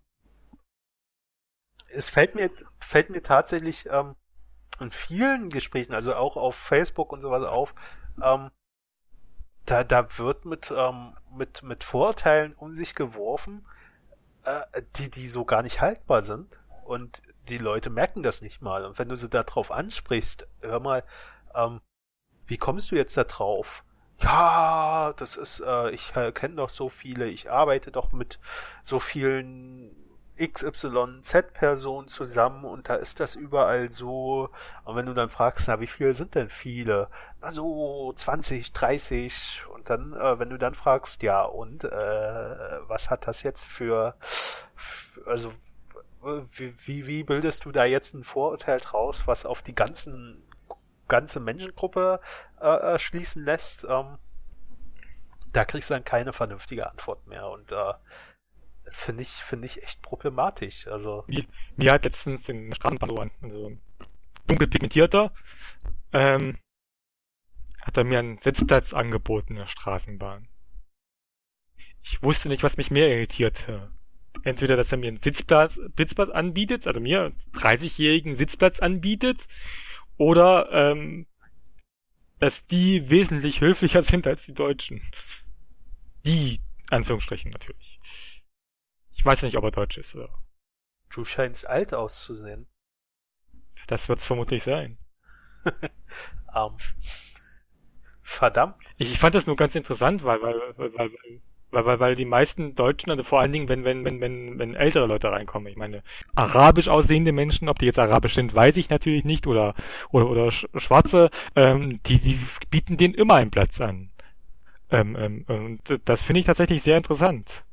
es fällt mir, fällt mir tatsächlich ähm, in vielen Gesprächen, also auch auf Facebook und sowas auf, ähm, da, da wird mit, ähm, mit, mit Vorurteilen um sich geworfen, äh, die, die so gar nicht haltbar sind. Und die Leute merken das nicht mal. Und wenn du sie da drauf ansprichst, hör mal, ähm, wie kommst du jetzt da drauf? Ja, das ist, äh, ich äh, kenne doch so viele, ich arbeite doch mit so vielen X Y Z-Personen zusammen und da ist das überall so. Und wenn du dann fragst, na, wie viele sind denn viele? Na, so zwanzig, dreißig. Und dann, äh, wenn du dann fragst, ja, und äh, was hat das jetzt für, für also wie, wie, wie bildest du da jetzt ein Vorurteil draus, was auf die ganzen ganze Menschengruppe äh, schließen lässt, ähm, da kriegst du dann keine vernünftige Antwort mehr und äh, finde ich finde ich echt problematisch. Also Wie, mir hat letztens in der Straßenbahn so ein dunkel pigmentierter ähm, hat er mir einen Sitzplatz angeboten in der Straßenbahn. Ich wusste nicht, was mich mehr irritierte. Entweder, dass er mir einen Sitzplatz, Sitzplatz anbietet, also mir einen dreißigjährigen Sitzplatz anbietet, oder ähm, dass die wesentlich höflicher sind als die Deutschen. Die, Anführungsstrichen natürlich. Ich weiß nicht, ob er deutsch ist. Oder? Du scheinst alt auszusehen. Das wird's vermutlich sein. ähm, verdammt. Ich, ich fand das nur ganz interessant, weil, weil, weil, weil, weil, weil, weil die meisten Deutschen, also vor allen Dingen, wenn, wenn, wenn, wenn, wenn ältere Leute reinkommen, ich meine, arabisch aussehende Menschen, ob die jetzt arabisch sind, weiß ich natürlich nicht, oder, oder, oder Schwarze, ähm, die, die bieten denen immer einen Platz an. Ähm, ähm, und das finde ich tatsächlich sehr interessant.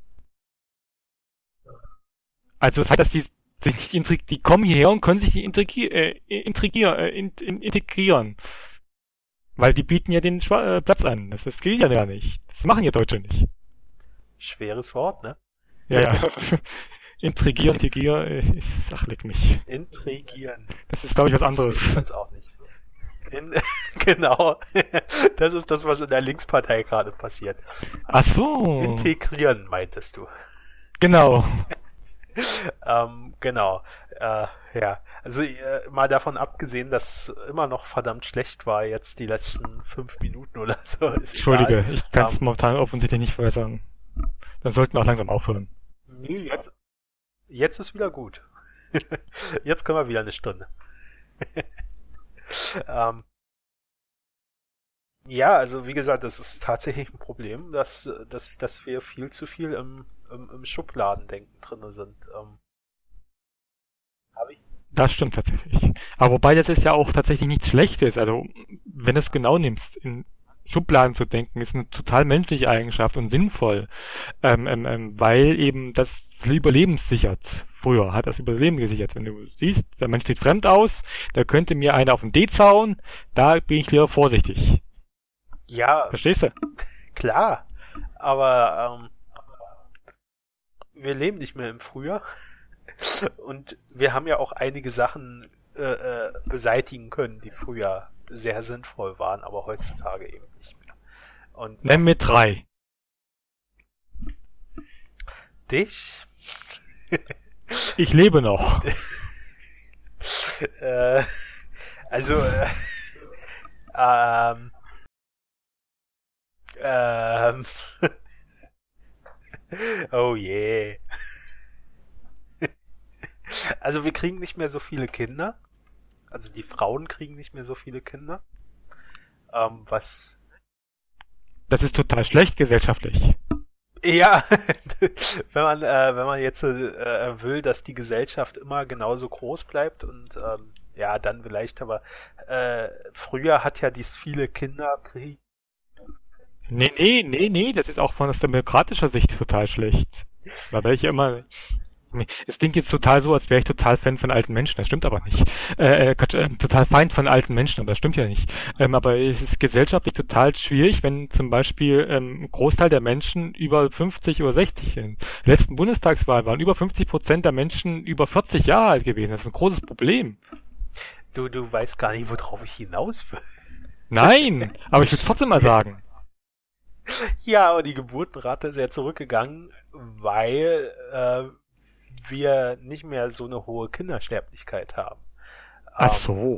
Also das heißt, dass die sich nicht integrieren, die kommen hierher und können sich nicht integrieren, äh, integrieren, äh, in, in, integrieren. Weil die bieten ja den Schwa- äh, Platz an. Das, das geht ja gar nicht. Das machen ja Deutsche nicht. Schweres Wort, ne? Ja, ja. Intrigieren, integrieren, äh, ach, leck mich. Intrigieren. Das ist, glaube ich, was anderes. Ich weiß auch nicht. In, genau. Das ist das, was in der Linkspartei gerade passiert. Ach so. Integrieren, meintest du. Genau. ähm, genau. Äh, ja. Also äh, mal davon abgesehen, dass immer noch verdammt schlecht war, jetzt die letzten fünf Minuten oder so. Ist Entschuldige, egal. ich kann es ähm, momentan offensichtlich nicht verbessern. Dann sollten wir auch langsam aufhören. Nö, jetzt, jetzt ist wieder gut. Jetzt können wir wieder eine Stunde. ähm, ja, also wie gesagt, das ist tatsächlich ein Problem, dass, dass, dass wir viel zu viel im, im, im Schubladendenken drin sind. Ähm, hab ich? Das stimmt tatsächlich. Aber wobei das ist ja auch tatsächlich nichts Schlechtes. Also, wenn du es genau nimmst, in Schubladen zu denken, ist eine total menschliche Eigenschaft und sinnvoll, ähm, ähm, ähm, weil eben das Überleben sichert. Früher hat das Überleben gesichert. Wenn du siehst, der Mensch steht fremd aus, da könnte mir einer auf den D zauen, da bin ich lieber vorsichtig. Ja, Verstehst du? klar, aber ähm, wir leben nicht mehr im Frühjahr und wir haben ja auch einige Sachen äh, äh, beseitigen können, die früher sehr sinnvoll waren, aber heutzutage eben nicht mehr. Und Nenn mir drei. dich? Ich lebe noch. äh, also, äh, ähm, ähm, oh je. Also wir kriegen nicht mehr so viele Kinder. Also die Frauen kriegen nicht mehr so viele Kinder. Ähm, was... Das ist total schlecht gesellschaftlich. Ja, wenn man äh, wenn man jetzt äh, will, dass die Gesellschaft immer genauso groß bleibt und ähm, ja, dann vielleicht, aber äh, früher hat ja dies viele Kinderkrieg. Nee, nee, nee, nee, das ist auch von aus demokratischer Sicht total schlecht. Weil welche immer... Es klingt jetzt total so, als wäre ich total Fan von alten Menschen. Das stimmt aber nicht. Äh, äh, Quatsch, äh, total Feind von alten Menschen, aber das stimmt ja nicht. Ähm, aber es ist gesellschaftlich total schwierig, wenn zum Beispiel ähm, ein Großteil der Menschen über fünfzig oder sechzig sind. In der letzten Bundestagswahl waren über fünfzig Prozent der Menschen über vierzig Jahre alt gewesen. Das ist ein großes Problem. Du, du weißt gar nicht, worauf ich hinaus will. Nein, aber ich will es trotzdem mal sagen. Ja, aber die Geburtenrate ist ja zurückgegangen, weil äh, wir nicht mehr so eine hohe Kindersterblichkeit haben. Ach so.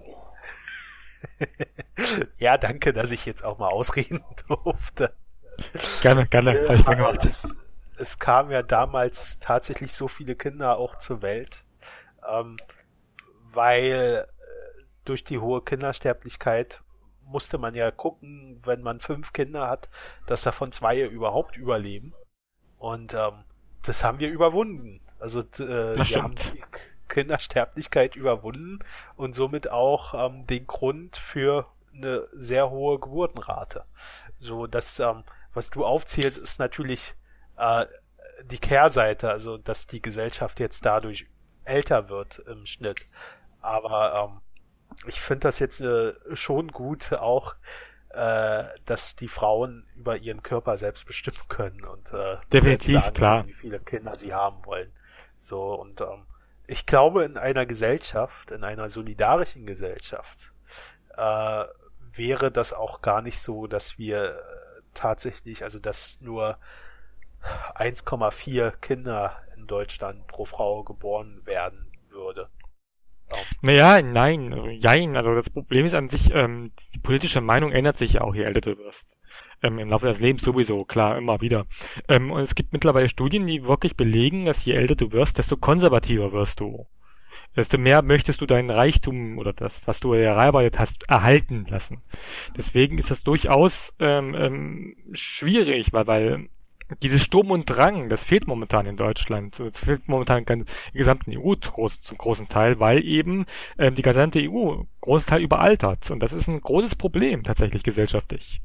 Ja, danke, dass ich jetzt auch mal ausreden durfte. Gerne, gerne. Äh, Hab ich mir gemacht. es, es kamen ja damals tatsächlich so viele Kinder auch zur Welt, ähm, weil äh, durch die hohe Kindersterblichkeit musste man ja gucken, wenn man fünf Kinder hat, dass davon zwei überhaupt überleben. Und ähm, das haben wir überwunden. Also äh, wir haben die Kindersterblichkeit überwunden und somit auch ähm, den Grund für eine sehr hohe Geburtenrate. So, das, ähm, was du aufzählst, ist natürlich äh, die Kehrseite, also dass die Gesellschaft jetzt dadurch älter wird im Schnitt. Aber ähm, ich finde das jetzt äh, schon gut auch, äh, dass die Frauen über ihren Körper selbst bestimmen können und äh, definitiv, selbst sagen, klar, wie viele Kinder sie haben wollen. So, und ähm, ich glaube, in einer Gesellschaft, in einer solidarischen Gesellschaft, äh, wäre das auch gar nicht so, dass wir äh, tatsächlich, also dass nur eins Komma vier Kinder in Deutschland pro Frau geboren werden würde. Naja, nein, jein. Also das Problem ist an sich, ähm, die politische Meinung ändert sich ja auch, je älter du wirst. Ähm, im Laufe des Lebens sowieso, klar, immer wieder. Ähm, und es gibt mittlerweile Studien, die wirklich belegen, dass je älter du wirst, desto konservativer wirst du. Desto mehr möchtest du deinen Reichtum oder das, was du erarbeitet hast, erhalten lassen. Deswegen ist das durchaus ähm, ähm, schwierig, weil, weil dieses Sturm und Drang, das fehlt momentan in Deutschland. Das fehlt momentan in der gesamten E U groß, zum großen Teil, weil eben ähm, die gesamte E U großen Teil überaltert. Und das ist ein großes Problem tatsächlich gesellschaftlich.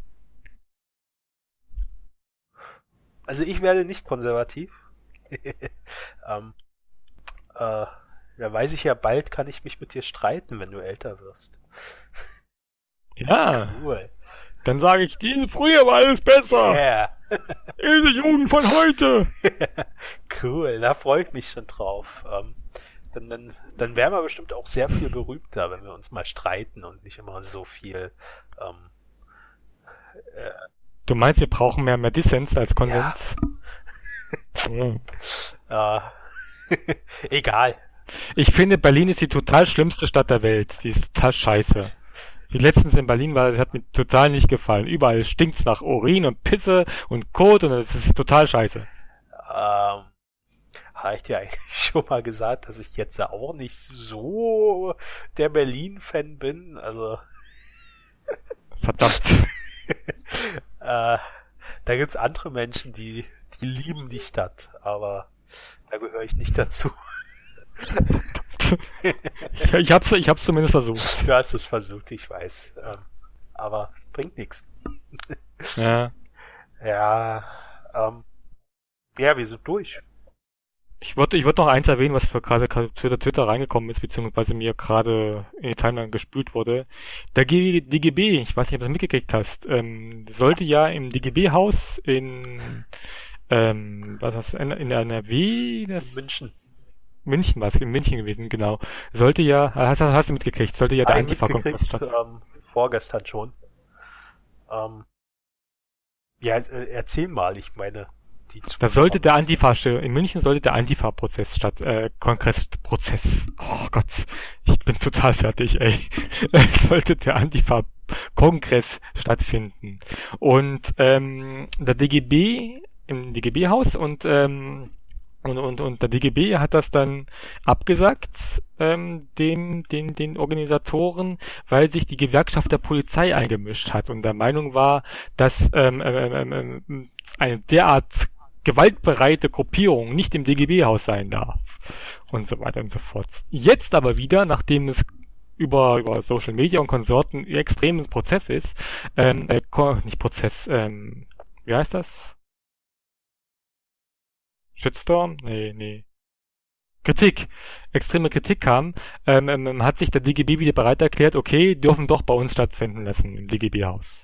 Also ich werde nicht konservativ. ähm, äh, da weiß ich ja, bald kann ich mich mit dir streiten, wenn du älter wirst. Ja. Cool. Dann sage ich dir, früher war alles besser. Yeah. Diese Jugend von heute. Cool, da freue ich mich schon drauf. Ähm, dann, dann, dann wären wir bestimmt auch sehr viel berühmter, wenn wir uns mal streiten und nicht immer so viel ähm, äh, Du meinst, wir brauchen mehr, mehr Dissens als Konsens? Ja. Ja. Egal. Ich finde, Berlin ist die total schlimmste Stadt der Welt. Die ist total scheiße. Wie letztens in Berlin war, das hat mir total nicht gefallen. Überall stinkt's nach Urin und Pisse und Kot und das ist total scheiße. Ähm, habe ich dir eigentlich schon mal gesagt, dass ich jetzt auch nicht so der Berlin-Fan bin? Also, Verdammt. äh, da gibt's andere Menschen, die, die lieben die Stadt, aber da gehöre ich nicht dazu. Ich, ich hab's, ich hab's zumindest versucht. Du hast es versucht, ich weiß. Ähm, aber bringt nichts. Ja. Ja, ähm, ja, wir sind durch. Ich wollte, ich wollte noch eins erwähnen, was für gerade gerade Twitter, Twitter reingekommen ist, beziehungsweise mir gerade in die Timeline gespült wurde. Der G- D G B, ich weiß nicht, ob du das mitgekriegt hast, ähm, sollte ja im D G B-Haus in, ähm, was ist das, in, in N R W, das München. München war es, in München gewesen, genau. Sollte ja, hast, hast du mitgekriegt, sollte ja der Ein Antifa-Kongress mitgekriegt, stattfinden. ähm, vorgestern schon. Ähm, ja, äh, erzähl mal, ich meine, die Da sollte der Zuschauer- Antifa, in München sollte der Antifa-Prozess statt, äh, Kongressprozess. Oh Gott, ich bin total fertig, ey. Sollte der Antifa-Kongress stattfinden. Und, ähm, der D G B, im D G B-Haus und, ähm, und, und, und der D G B hat das dann abgesagt, ähm, dem, den, den Organisatoren, weil sich die Gewerkschaft der Polizei eingemischt hat und der Meinung war, dass ähm, ähm, ähm, ähm, eine derart gewaltbereite Gruppierung nicht im D G B-Haus sein darf und so weiter und so fort. Jetzt aber wieder, nachdem es über, über Social Media und Konsorten extrem ein Prozess ist, ähm, äh, Ko- nicht Prozess, ähm, wie heißt das? Shitstorm? Nee, nee. Kritik, extreme Kritik kam, ähm, ähm, hat sich der D G B wieder bereit erklärt, okay, dürfen doch bei uns stattfinden lassen im D G B-Haus.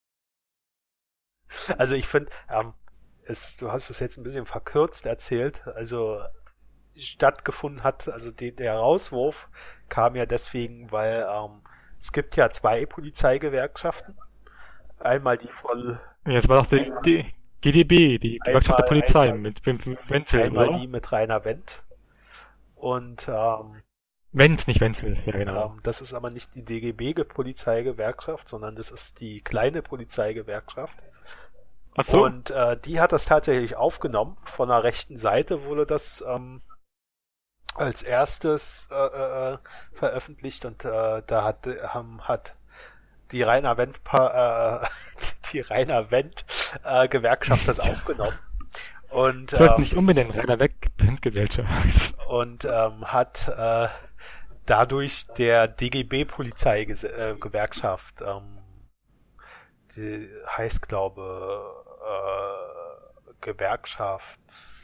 Also ich finde, ähm, es, du hast es jetzt ein bisschen verkürzt erzählt. Also stattgefunden hat, also die, der Rauswurf kam ja deswegen, weil ähm, es gibt ja zwei Polizeigewerkschaften. Einmal die voll, Ja, es war doch die, die G D B, die Gewerkschaft der einmal, Polizei einmal, mit, mit, mit Wenzel, einmal oder? die mit Rainer Wendt. Und ähm, Wenz, nicht Wenzel, ja genau. ähm, das ist aber nicht die D G B-Polizeigewerkschaft, sondern das ist die kleine Polizeigewerkschaft. Ach so, Und äh, die hat das tatsächlich aufgenommen. Von der rechten Seite wurde das ähm, als erstes äh, äh, veröffentlicht und äh, da hat, ähm, hat die Rainer Wendt äh, die Rainer Wendt äh, Gewerkschaft das aufgenommen und sollten ähm, nicht unbedingt Rainer weg, Bandgesellschaft. und ähm, hat äh, dadurch der D G B Polizeigewerkschaft ähm, die heißt glaube äh, Gewerkschaft,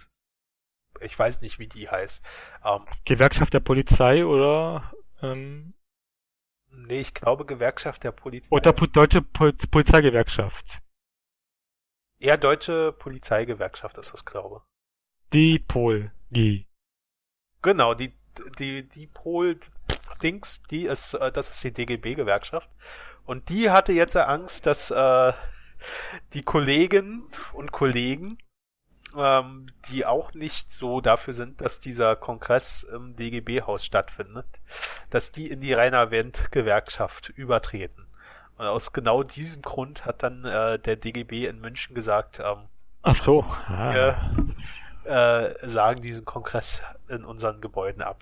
ich weiß nicht wie die heißt, ähm, Gewerkschaft der Polizei oder, ähm, nee, ich glaube Gewerkschaft der Polizei. oder Po- Deutsche Pol Polizeigewerkschaft. Eher Deutsche Polizeigewerkschaft ist das, glaube. Die Pol, die. Genau, die die die Pol Dings, die ist äh, das ist die D G B-Gewerkschaft und die hatte jetzt Angst, dass äh, die Kolleginnen und Kollegen, ähm, die auch nicht so dafür sind, dass dieser Kongress im D G B-Haus stattfindet, dass die in die Rainer Wendt-Gewerkschaft übertreten. Und aus genau diesem Grund hat dann äh, der D G B in München gesagt, ähm, Ach so, ah. wir äh, sagen diesen Kongress in unseren Gebäuden ab.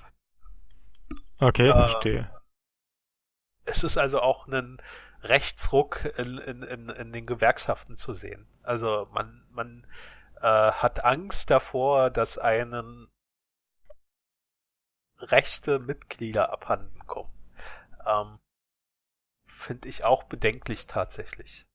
Okay, äh, verstehe. Es ist also auch ein Rechtsruck in, in, in, in den Gewerkschaften zu sehen. Also man, man äh, hat Angst davor, dass einen rechte Mitglieder abhanden kommen. Ähm, Finde ich auch bedenklich tatsächlich.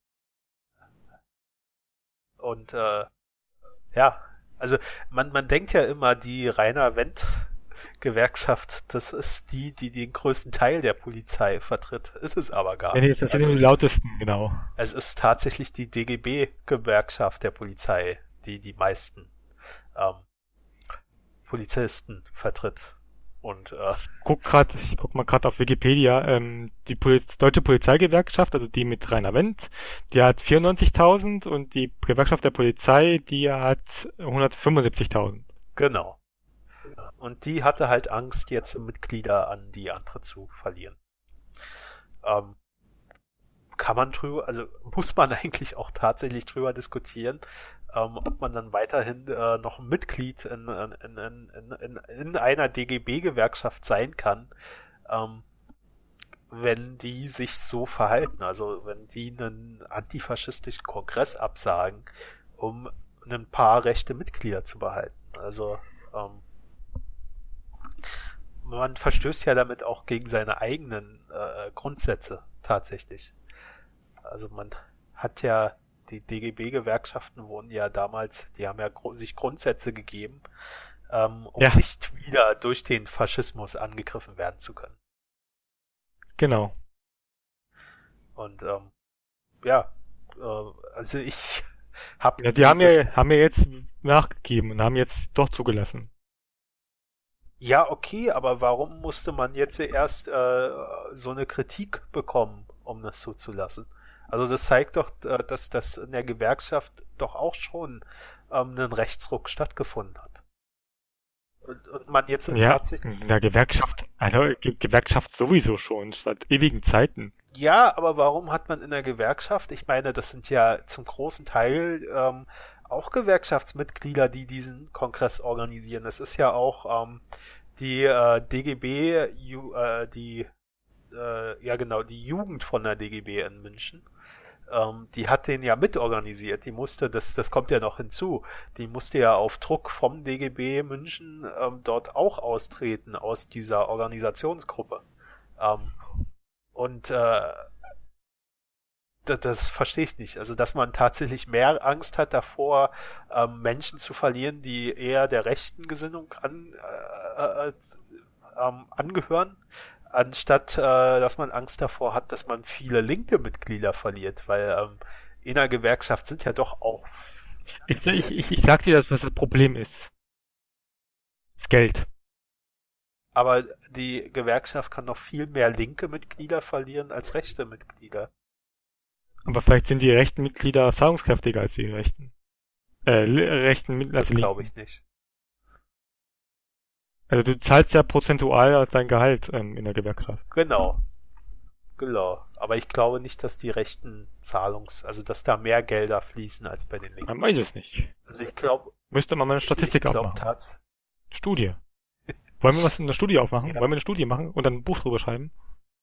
Und äh, ja, also man, man denkt ja immer, die Rainer Wendt Gewerkschaft, das ist die, die den größten Teil der Polizei vertritt. Ist es aber gar Ja, nee, nicht. das sind Also die es lautesten, genau. ist, es ist tatsächlich die D G B-Gewerkschaft der Polizei, die die meisten ähm, Polizisten vertritt. Und äh, Guck grad, ich guck mal gerade auf Wikipedia, ähm, die Poliz Deutsche Polizeigewerkschaft, also die mit Rainer Wendt, die hat vierundneunzigtausend und die Gewerkschaft der Polizei, die hat hundertfünfundsiebzigtausend. genau. Und die hatte halt Angst, jetzt Mitglieder an die andere zu verlieren. Ähm, kann man drüber, also muss man eigentlich auch tatsächlich drüber diskutieren, ähm, ob man dann weiterhin äh, noch ein Mitglied in, in, in, in, in einer D G B-Gewerkschaft sein kann, ähm, wenn die sich so verhalten, also wenn die einen antifaschistischen Kongress absagen, um ein paar rechte Mitglieder zu behalten. Also ähm, man verstößt ja damit auch gegen seine eigenen äh, Grundsätze tatsächlich. Also man hat ja, die D G B-Gewerkschaften wurden ja damals, die haben ja gru- sich Grundsätze gegeben, ähm, um Ja, nicht wieder durch den Faschismus angegriffen werden zu können. genau. Und ähm, ja, äh, also ich habe Ja, die haben das, ja, haben ja jetzt nachgegeben und haben jetzt doch zugelassen. ja okay, aber warum musste man jetzt erst äh, so eine Kritik bekommen, um das zuzulassen? Also das zeigt doch, äh, dass das in der Gewerkschaft doch auch schon ähm, ein Rechtsruck stattgefunden hat. Und, und man jetzt Ja, tatsächlich, in der Gewerkschaft, also Ge Gewerkschaft sowieso schon, seit ewigen Zeiten. ja, aber warum hat man in der Gewerkschaft, ich meine, das sind ja zum großen Teil ähm, auch Gewerkschaftsmitglieder, die diesen Kongress organisieren. Das ist ja auch ähm, die äh, D G B, Ju, äh, die, äh, ja genau, die Jugend von der D G B in München. Ähm, die hat den ja mitorganisiert. Die musste, das, das kommt ja noch hinzu, die musste ja auf Druck vom D G B München ähm, dort auch austreten aus dieser Organisationsgruppe. Ähm, und äh, das, das verstehe ich nicht. Also, dass man tatsächlich mehr Angst hat davor, ähm, Menschen zu verlieren, die eher der rechten Gesinnung an, äh, äh, ähm, angehören, anstatt äh, dass man Angst davor hat, dass man viele linke Mitglieder verliert, weil ähm, in der Gewerkschaft sind ja doch auch, Ich, ich, ich, ich sag dir, was das Problem ist. Das Geld. aber die Gewerkschaft kann noch viel mehr linke Mitglieder verlieren als rechte Mitglieder. Aber vielleicht sind die rechten Mitglieder zahlungskräftiger als die rechten. Äh, li- rechten Mitglieder als Das die glaube linken. ich nicht. Also du zahlst ja prozentual als dein Gehalt ähm, in der Gewerkschaft. Genau, genau. Aber ich glaube nicht, dass die rechten Zahlungs, also dass da mehr Gelder fließen als bei den Linken. Man weiß es nicht. Also ich glaube, Müsste man mal eine ich Statistik glaube aufmachen. tatsächlich. Studie. Wollen wir was in der Studie aufmachen? Ja. Wollen wir eine Studie machen und dann ein Buch drüber schreiben?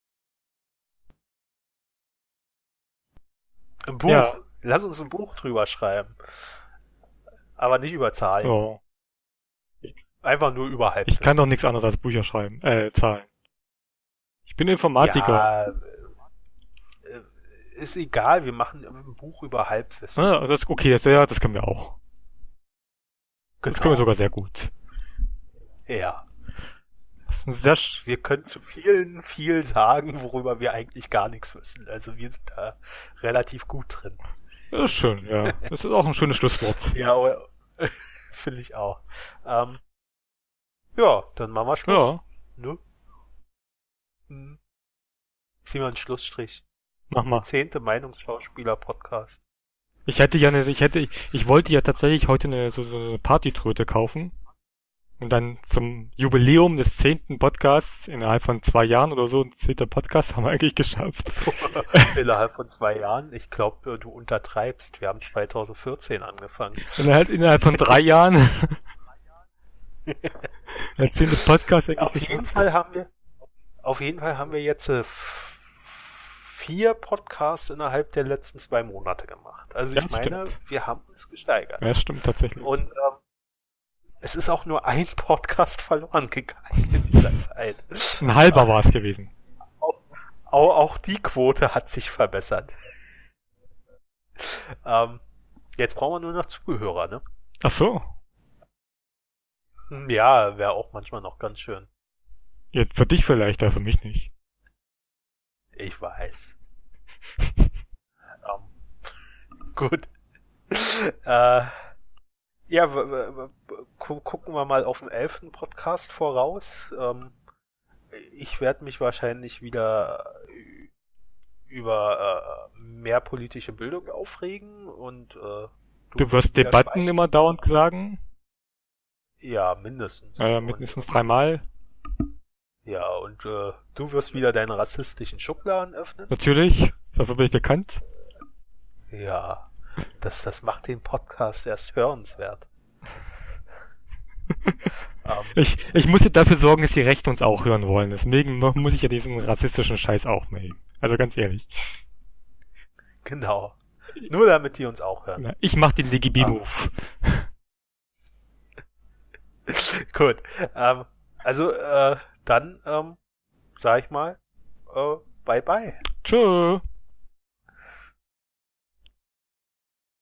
Ein Buch. Ja. Lass uns ein Buch drüber schreiben. Aber nicht über Zahlen. Oh. Einfach nur über Halbwissen. Ich kann doch nichts anderes als Bücher schreiben, äh, Zahlen. Ich bin Informatiker. Ja, äh, ist egal, wir machen ein Buch über Halbwissen. Ah, das, okay, das, ja, das können wir auch. Das Genau. können wir sogar sehr gut. Ja. Das ist ein sehr sch Wir können zu vielen viel sagen, worüber wir eigentlich gar nichts wissen. Also wir sind da relativ gut drin. das ist schön, ja. Das ist auch ein schönes Schlusswort. Ja, aber finde ich auch. Ähm, ja, dann machen wir Schluss. Ja, Ne? Hm. Ziehen wir einen Schlussstrich. mach mal. Der zehnte Meinungsschauspieler-Podcast. Ich hätte ja eine, ich hätte, ich wollte ja tatsächlich heute eine, so, so eine Partytröte kaufen. Und dann zum Jubiläum des zehnten Podcasts innerhalb von zwei Jahren oder so, ein zehnter Podcast haben wir eigentlich geschafft. Innerhalb von zwei Jahren. Ich glaube, du untertreibst. Wir haben zwanzig vierzehn angefangen. Innerhalb, innerhalb von drei Jahren. Der zehnte Podcast eigentlich Auf geschafft. jeden Fall haben wir, auf jeden Fall haben wir jetzt äh, f- vier Podcasts innerhalb der letzten zwei Monate gemacht. Also Ja, ich meine, stimmt. wir haben uns gesteigert. Ja, stimmt tatsächlich. Und ähm, es ist auch nur ein Podcast verloren gegangen in dieser Zeit. Ein halber war es gewesen. Auch, auch die Quote hat sich verbessert. ähm, jetzt brauchen wir nur noch Zuhörer, ne? Ach so. Hm, ja, wäre auch manchmal noch ganz schön. Jetzt für dich vielleicht, aber für mich nicht. Ich weiß. ähm, gut. äh, ja, w- w- w- gu- gucken wir mal auf den elften Podcast voraus. Ähm, ich werde mich wahrscheinlich wieder ü- über äh, mehr politische Bildung aufregen und äh, Du wirst wieder Debatten schweigen. immer dauernd sagen. Ja, mindestens. Äh, Und, mindestens dreimal. ja, und äh, du wirst wieder deine rassistischen Schubladen öffnen. Natürlich. Dafür bin ich bekannt. Ja, das, das macht den Podcast erst hörenswert. um, Ich, ich muss jetzt dafür sorgen, dass die Rechten uns auch hören wollen. Deswegen muss ich ja diesen rassistischen Scheiß auch melden. Also ganz ehrlich. Genau. Nur damit die uns auch hören. Ich mach den D G B-Move. Gut. Ähm, also, äh, dann, ähm, sag ich mal, äh, bye bye. Tschö.